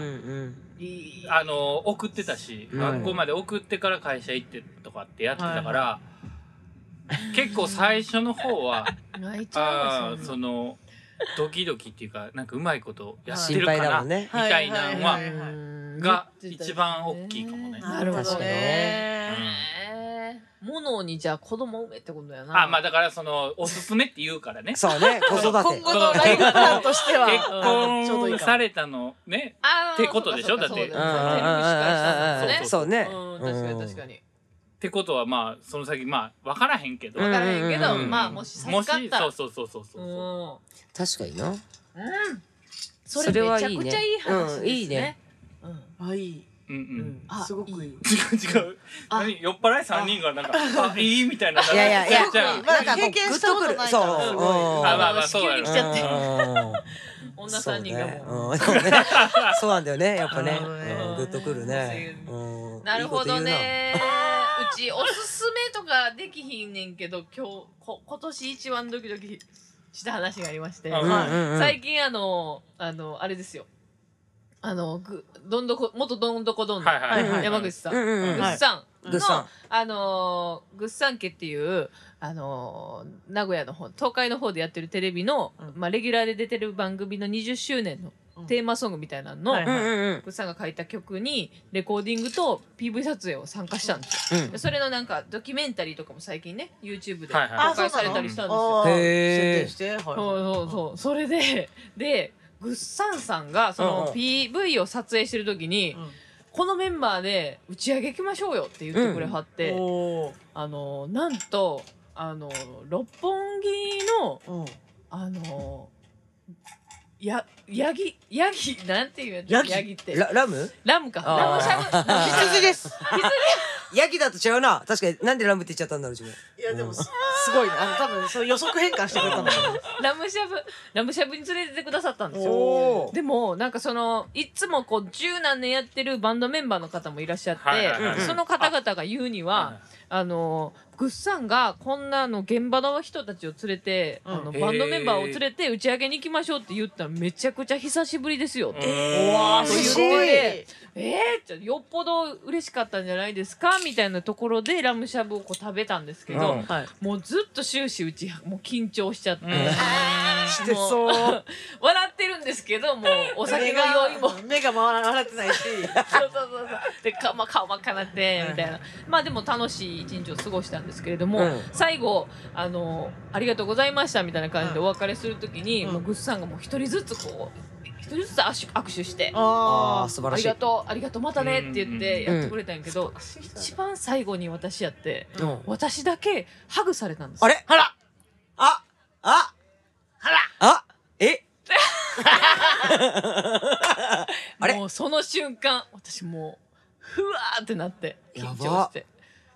送ってたし、学校まで送ってから会社行ってとかってやってたから。結構最初の方はそのドキドキっていうかなんかうまいことやってるかなみたいなのはが一番大きいかもね。 なるほどね。ものにじゃあ子供産めってことやな。 まあだからそのおすすめって言うからね。 そうね、子育て。 今後のライフプランとしては結婚されたのねってことでしょ。だってそうね。 確かに確かに。 ってことはまあその先まあ分からへんけどまあもし授かったらそう確かにな。 それめちゃくちゃいい話ですね。 いいね。 いい。すごくいい。違う。何酔っ払い3人がなんかいいみたいな。 いやなんか経験したことないから。 そう。 まあそうだよね。 女3人がもう。 そうなんだよね、やっぱね。グッとくるね。 なるほどね。うちおすすめとかできひんねんけど、今年一番ドキドキした話がありまして、最近あれですよ。元どんどこどんの山口さん、ぐっさんのぐっさん家っていう名古屋の方、東海の方でやってるテレビのレギュラーで出てる番組の20周年のテーマソングみたいなのぐっさんが書いた曲にレコーディングと PV 撮影を参加したんですよ。それのなんかドキュメンタリーとかも最近ね YouTube で公開されたりしたんですよ。それでぐっさんさんがその PV を撮影してる時にこのメンバーで打ち上げ行きましょうよって言ってくれはって、なんと六本木のヤギなんていうやつ？ヤギってラムかラムしゃぶ羊です。 ヤギだと違うな。確かになんでラムって言っちゃったんだろう自分。 いやでもすごい多分そう予測変換してくれたのかな。 ラムしゃぶに連れててくださったんですよ。でもなんかいつもこう十何年やってるバンドメンバーの方もいらっしゃって、その方々が言うにはぐっさんがこんな現場の人たちを連れてバンドメンバーを連れて打ち上げに行きましょうって言ったらめちゃくちゃ久しぶりですよって言ってて、よっぽど嬉しかったんじゃないですかみたいなところでラムしゃぶをこう食べたんですけど、もうずっと終始うちもう緊張しちゃってしてそう笑ってるんですけどもうお酒が酔いも目が笑ってないしそうで顔真っ赤なってみたいな、まあでも楽しい一日を過ごしたんですけれども、最後ありがとうございましたみたいな感じでお別れするときに、もうぐっさんがもう一人ずつ握手して素晴らしい、 ありがとうまたねって言ってやってくれたんやけど、一番最後に私やって、私だけハグされたんです。 あれもうその瞬間私もうふわーってなって緊張して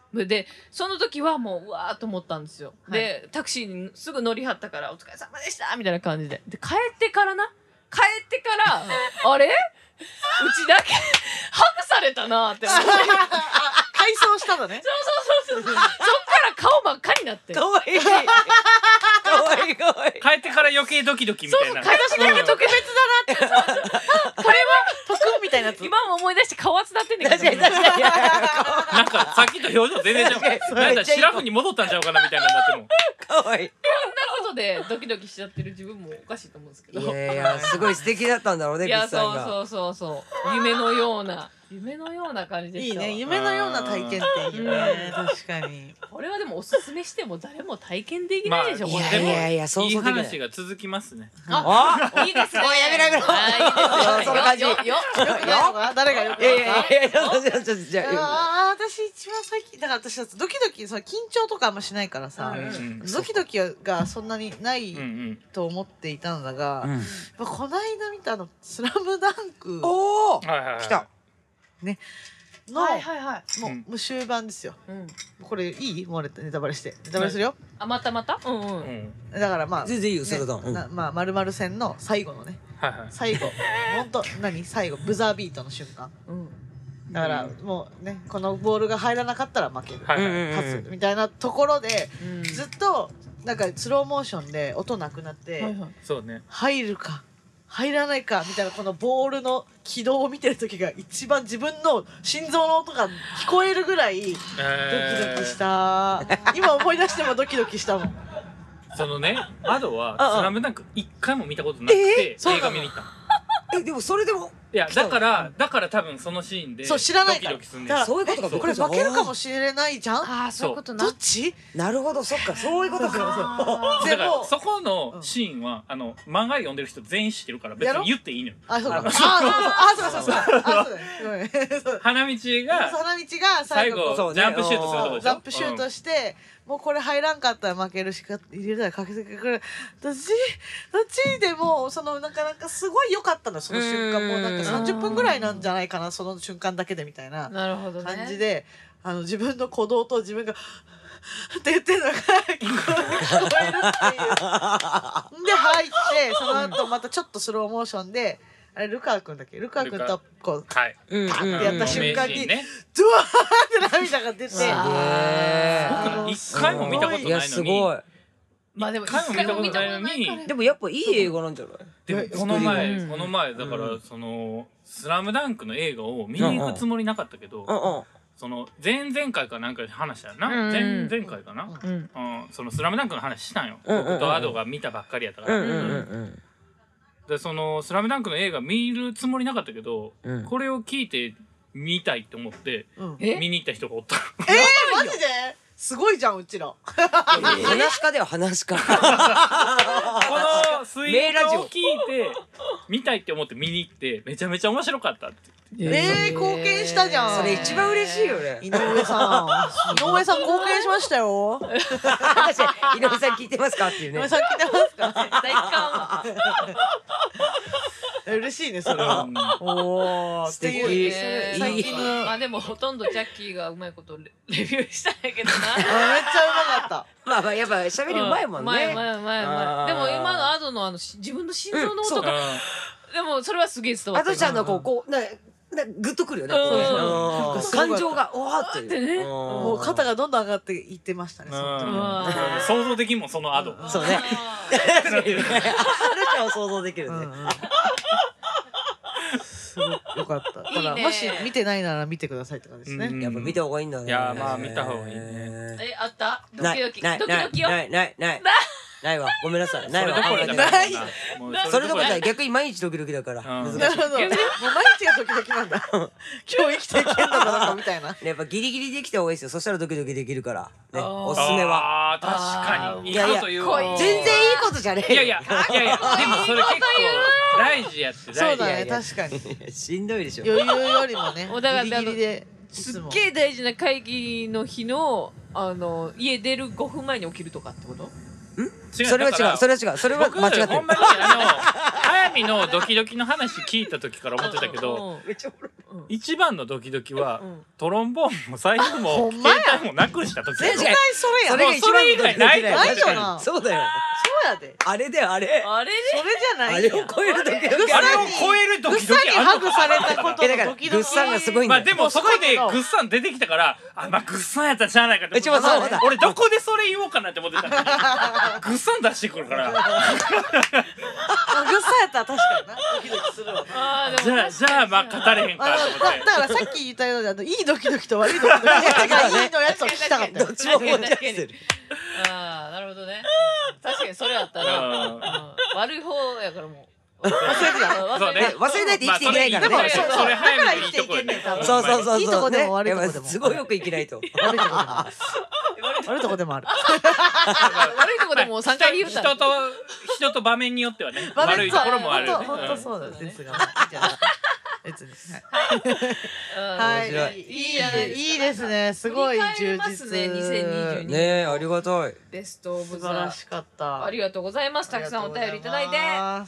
でその時はもううわーと思ったんですよ、でタクシーにすぐ乗りはったから「お疲れ様でした」みたいな感じで、帰ってからあれうちだけハグされたなって思って改装したのね。 そうそっから顔真っ赤になってかわいいかわいいかわいい。 帰ってから余計ドキドキみたいな。 私だけ特別だなってこれは特みたいなやつ。 今も思い出して顔熱なってんだけど確かに確かに。 なんかさっきと表情全然違う。なんかシラフに戻ったんちゃうかなみたいなになっても。 かわいい。 こんなことでドキドキしちゃってる自分もおかしいと思うんですけど。 いやいやすごい素敵だったんだろうね、 いやビスさんが。 そう夢のような感じでしたわ。 いいね、夢のような体験っていいよね。確かに。 これはでもおすすめしても誰も体験できないでしょ、これ。 いやいや想いい像できない。 話が続きますね。 いいですね。 おいやめろやめろはいいいですねその感じよ誰がよくいやいやいやちょっとじゃあ。 私一番最近だから私はドキドキ、その緊張とかあんましないからさ、 うんドキドキがそんなにないうんと思っていたのだが、 うんやっぱこの間見たスラムダンクおお。 はいはいはい。 来た。 のはいはいはい。 もう終盤ですよ。 うん。 これいい？もうネタバレして。ネタバレするよ。 あ、またうんう。 うんん。 だからまあ全然いいよそれだ。うんまあ〇〇戦の最後のね、 はいはい。 最後本当最後ブザービートの瞬間。 うん。 だからもうね、このボールが入らなかったら負ける、 はいはい。 勝つみたいなところで、 うんずっとなんかスローモーションで音なくなって、 はいはい。 そうね。 入るか入らないかみたいな、このボールの軌道を見てる時が一番自分の心臓の音が聞こえるぐらいドキドキした今思い出してもドキドキしたもん。 そのね、アドはうんうんスラムダンク一回も見たことなくてそうなの映画見に行ったの。 でもそれでもいやだから多分そのシーンでそう知らないからドキドキすんねんだからそういうことか。 これ負けるかもしれないじゃん。 ああ、そういうことな。 どっち？ なるほど、そっか、そういうことか。 だからでもそこのシーンは漫画読んでる人全員知ってるから別に言っていいのよ。 あ、そうか。そうだね。 花道が花道が最後そうねジャンプシュートするとこでしょ。 ジャンプシュートして、もうこれ入らんかったら負けるしか入れたらかけてくる。どっちでもそのなかなかすごい良かったの、その瞬間。もうなんか30分ぐらいなんじゃないかな、その瞬間だけでみたいななるほどね。 感じで、自分の鼓動と自分がって言ってるのが聞こえるっていう。で入ってその後またちょっとスローモーションで。あれルカ君だっけ、ルカ君とこうはい。 パッてやった瞬間に、 ね。 ドワーって涙が出て、 僕一回も見たことないのに。 いやすごい。 まあでも一回も見たことないのに。 でもやっぱいい映画なんじゃない？ でもこの前だからそのスラムダンクの映画を見に行くつもりなかったけど、その前々回かなんかで話したよな。前々回かな。そのスラムダンクの話したんよ。僕とアドが見たばっかりやったから。でそのスラムダンクの映画見るつもりなかったけど、これを聞いて見たいと思って見に行った人がおった。 マジですごいじゃん、うちら。 話家では話家。 この水泳を聞いて見たいって思って見に行ってめちゃめちゃ面白かったって。 貢献したじゃん。 それ一番嬉しいよね。 井上さん貢献しましたよ。 確かに井上さん聞いてますかっていうね井上。さん聞いてますか？ 大感嬉しいね、それは。おー、 素敵っていう最いい近のめっちまあでもほとんどジャッキーがうまいことレビューしたんやけどな。 ゃうまかった。 まあまあやっぱ喋りうまいもんね。 うまい。でも今のアドの自分の心臓の音が、でもそれはすげえ伝わった。 あとちゃんのこうグッとくるよね。感情がおわってね。 もう肩がどんどん上がっていってましたね。 想像できんもんそのアド。 そうね。あるちゃんを想像できるね。 すごいよかった。だからもし見てないなら見てくださいって感じですね。 やっぱ見た方がいいんだね。 いやまあ見た方がいいね。 あったドないキドキないドキドキよ。 ないわ。ごめんなさい。ないわ。 それどころじゃないそれどころじゃない。逆に毎日ドキドキだから。難しい。 なるほど。もう毎日がドキドキなんだ。今日生きていけんのかなんかみたいな。 やっぱギリギリできた方がいいですよ。そしたらドキドキできるから。ね、おすすめは。 あ確かに。 いやいや、全然いいことじゃねえ。 いやでもそれ結構大事やってそう大事。 だね、確かに。 しんどいでしょ。 余裕よりもね、 だからギリギリで。 すっげえ大事な会議の日の家出る5分前に起きるとかってこと？ それは違う。それは間違ってる。 ほんまに速水のドキドキの話聞いた時から思ってたけど、 一番のドキドキはトロンボーンも財布も携帯もなくした時絶対それやん。 それが一番のドキドキだよ。 ないよ確かになそうだよ。 そうやで。 あれだよあれ。 あれそれじゃないあやん。 れを超えるドキドキ。 あれを超えるドキドキぐっさんにハグされたことだからのドキドキ。 ぐっさんがすごいんだよ。 まあでもそこでグッサン出てきたからまあグッサンやったらしゃあないかってうちもそうだ俺どこでそれ言おうかなって思ってたのにグッサン出してくるからぐっさんやったら確かになドキドキするわ。 じゃあまあ語れへんかと思ってだからさっき言ったようにいいドキドキと悪いドキドキがいいのやつを聞きたかったよ。 どっちも持っちゃってる。 ああなるほどね。確かにそれあったら悪い方やからもう忘れてた。 そうね忘れないと生きていけないからね。 まあそれだから早めていいとこやね生きていけんねん多分そうそうそうそう。 いいとこでも悪いとこでもやっぱすごいよく生きないと。 悪いとこでもある。悪いとこでもある。 悪いとこでも3回言うたら人と場面によってはね悪いところもあるよね本当そうなんですが、まあいいじゃない別に。はい。はい。いいですね。すごい充実。 ね2022 ねえありがたい。 ベストオブ素晴らザしかった。 ありがとうございます。たくさんお便りいただいて。 は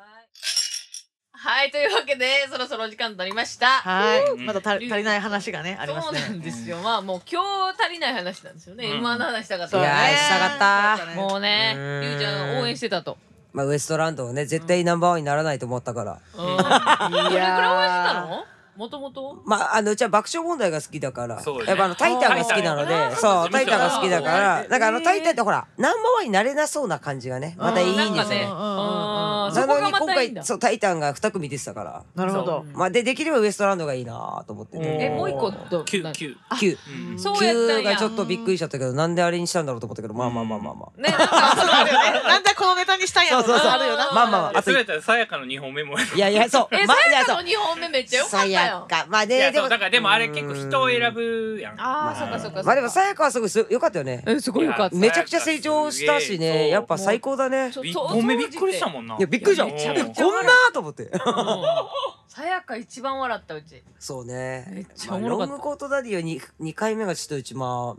はいというわけでそろそろお時間となりました。 い。まだ足りない話がねありますね。 そうなんですよ。まあもう今日足りない話なんですよね。M1 の話したかったそうねいやーしたかったもうねりゅうちゃん応援してたと。 まあウエストランドはね絶対ナンバーワンにならないと思ったから。 どれくらい応援してたの？もともと？ まあうちは爆笑問題が好きだからそうよねやっぱタイタンが好きなのでそうタイタンが好きだからなんかタイタンってほらナンバーワンになれなそうな感じがねまたいいんですよね。 そこがまなのに今たいいんだ回。そうタイタンが2組出てたからなるほど。 まあできればウエストランドがいいなと思っててもう一個ど 9 そうやったん 9がやちょっとびっくりしちゃったけどなんであれにしたんだろうと思ったけどまあねなんかあるよね。なんでこのネタにしたんやろそうそうそうあるよな。 まあまああとそれやったらさやかの2本目もいやいやそうまあいやそうさやかの2本目めっちゃ良かったさやよ。 かまあいやねでもそうだからでもあれ結構人を選ぶやんああそっかそっか。 まあでもさやかはすごい良かったよねすごい良かった。 めちゃくちゃ成長したしねやっぱ最高だね 1本目びっくりしたもんないやびっくりじゃんいこんやめちゃくちゃなと思ってさやか一番笑ったうち。 そうねめっちゃまあおもろかったロングコートダディは2回目がちょっとうちまあ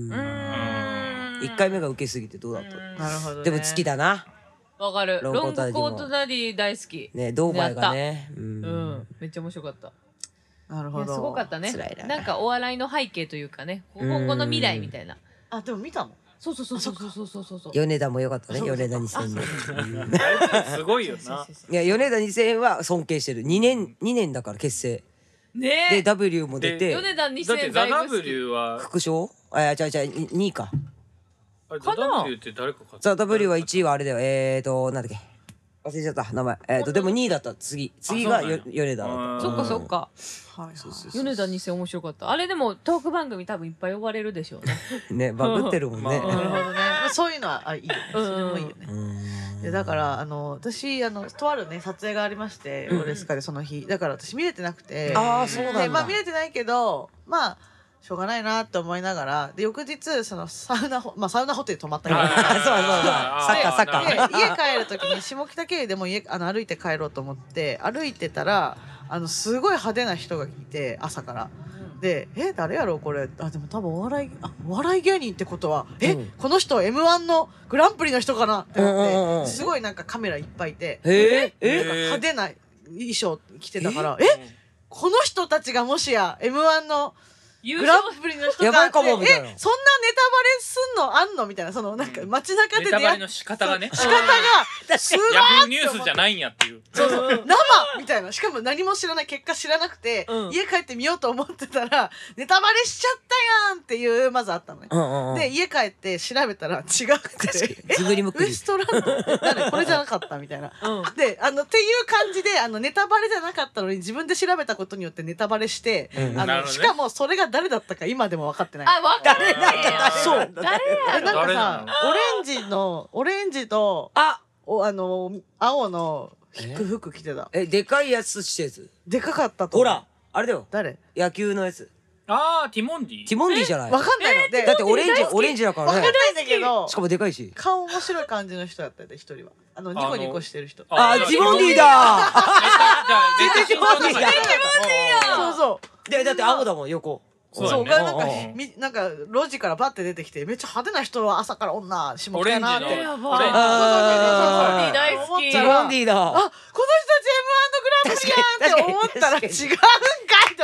1回目が受けすぎてどうだったなるほどね。 でも好きだなわかる。 ロロングングコートダディもコートダディ大好き。 ねドーバイがねめっちゃ面白かった。 なるほど。 いやすごかったね辛いな。 なんかお笑いの背景というかね今後の未来みたいな。 あでも見たの。 そうそうそうそうそうそうそうそう。 米田も良かったね米田2000 すごいよないや米田2000は尊敬してる2年だから結成でねえ。 W も出て米田だって 2000 ザ・だいぶ好き。 W は副賞あ違う2位かあれザ・W って誰か買ったザ・ W は1位はあれだよなんだっけ忘れちゃった名前でも2位だった次が米田だったそっかそっか。 はいはい。 米田2000面白かった。あれでもトーク番組多分いっぱい呼ばれるでしょうね。 ねバグってるもんねまあなるほどね。そういうのはいいよね。それもいいよね。でだから私とあるね撮影がありましてオレスカでその日だから私見れてなくてああそうなんだでまあ見れてないけどまあしょうがないなって思いながらで翌日そのサウナホテル泊まったりとかそうそうサッカーで家帰る時に下北経由でも歩いて帰ろうと思って歩いてたらすごい派手な人がいて朝から。で誰やろうこれでも多分お笑い芸人ってことはこの人 M1 のグランプリの人かなって思ってすごいなんかカメラいっぱいいてなんか派手な衣装着てたからこの人たちがもしや M1 のグランプリの人やばいかもみたいなそんなネタバレすんのあんのみたいななんか街中でネタバレの仕方がね仕方がすごいヤフーニュースじゃないんやっていう生みたいなしかも何も知らない結果知らなくて家帰ってみようと思ってたらネタバレしちゃったやんっていうまずあったのねで家帰って調べたら違くてウエストランド誰これじゃなかったみたいなでっていう感じでネタバレじゃなかったのに自分で調べたことによってネタバレしてしかもそれが誰だったか今でも分かってない。 あ分かるそう誰やなんか誰なさオレンジと青の服着てた。 でかいやつしてやつでかかったと。 ほらあれだよ誰？ 野球のやつティモンディティモンディじゃないわかんないので。 だってオレンジだからねわかんないんだけどしかもでかいし顔面白い感じの人だったで一人はニコニコしてる人。 ティモンディだ絶対ティモンディそうそうだって青だもん横そうがなんか路地からバッて出てきてめっちゃ派手な人は朝から女下北やなってオレンジのやばい大好きティモンディだこの人たち M1 のグランプリやんって思ったら違うんかいと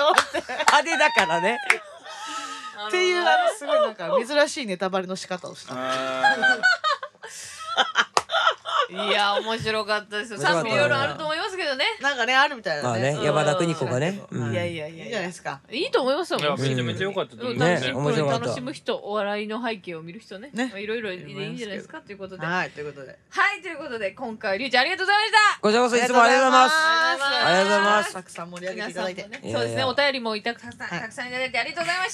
と思って派手だからね。 っていうすごいなんか珍しいネタバレの仕方をした。 いや面白かったですよ。賛否両論あると思いますけどね。 なんかねあるみたいなね。 山田邦子がね。 いやいやいやいいじゃないですか。 いいと思いますよ。 いやめちゃめちゃ良かったと思うね。 ね。 面白かった。楽しむ人、お笑いの背景を見る人ね。いろいろいいんじゃないですかということで。 はいということで。 はいということで今回りゅうちゃんありがとうございました。 こちらこそいつもありがとうございます。 ありがとうございます。 たくさん盛り上げていただいて。 そうですね。お便りもたくさんいただいてありがとうございました。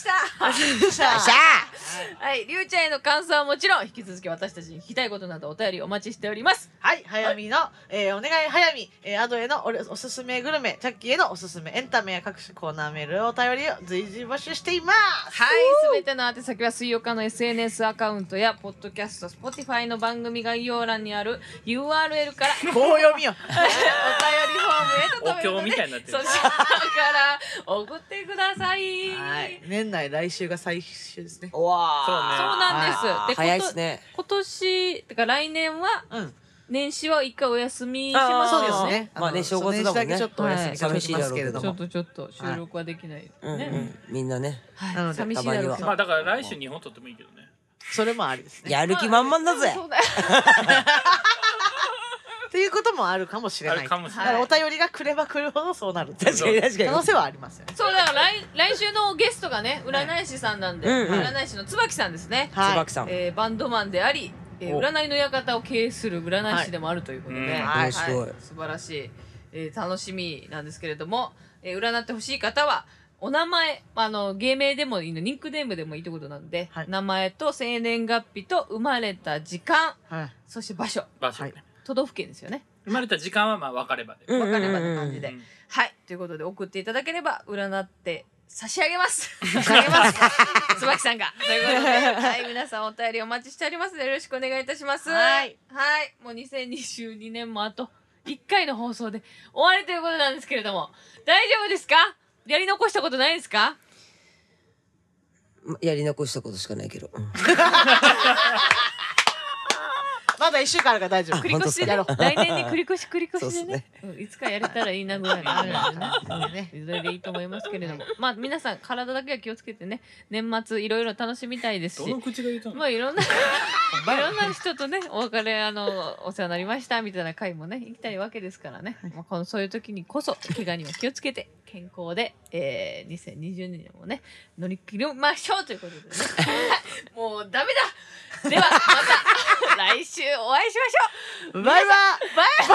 はいりゅうちゃんへの感想はもちろん引き続き私たちに聞きたいことなどお便りお待ちしております。 はい早見のお願い早見アドへのおすすめグルメチャッキーへのおすすめエンタメや各種コーナーメールお便りを随時募集しています。 はいすべての宛先は水曜日の SNS アカウントやポッドキャスト Spotify の番組概要欄にある URL から棒読みよお便りフォームへとお経みたいになってる。 そちらから送ってください。 はい年内来週が最終ですね。 うわそうなんです。 早いですね。 今年てか来年は年始は一回お休みしまます。 そうですね。 まあね正月だもんね。 ちょっとお休み寂しいですけれども。 ちょっと収録はできないね。 みんなね。 なので寂しいだろうけど。 まあだから来週日本撮ってもいいけどね。 それもありですね。 やる気満々だぜ。 そうだよ。 っていうこともあるかもしれない。だからお便りが来れば来るほどそうなる。 確かに確かに。 可能性はありますよね。 そうだから来週のゲストがね占い師さんなんで占い師の椿さんですね。 椿さん。 バンドマンであり占いの館を経営する占い師でもあるということで、 面白い。 素晴らしい楽しみなんですけれども占ってほしい方はお名前芸名でもいいのニックネームでもいいということなんで名前と生年月日と生まれた時間そして場所都道府県ですよね。 生まれた時間はまあ分かればで。 分かればの感じで。はいということで送っていただければ占って差し上げます。差し上げます。椿さんが。ということで、はい皆さんお便りお待ちしておりますのでよろしくお願いいたします。はいもう2022年もあと1回の放送で終わりということなんですけれども大丈夫ですか？やり残したことないですか？ やり残したことしかないけど。 まだ1週間あるから大丈夫。 繰り越しで来年に繰り越しでねいつかやれたらいいなぐらいのあるんでねそれでいいと思いますけれどもまあ皆さん体だけは気をつけてね年末いろいろ楽しみたいですしどの口が言うとんの？ まあいろんな人とねお別れお世話になりましたみたいな回もね行きたいわけですからねまあそういう時にこそ怪我には気をつけて健康で2020年もね乗り切りましょうということでねもうダメだではまた来週お会いしましょう。 バイバイ。 バイバイ。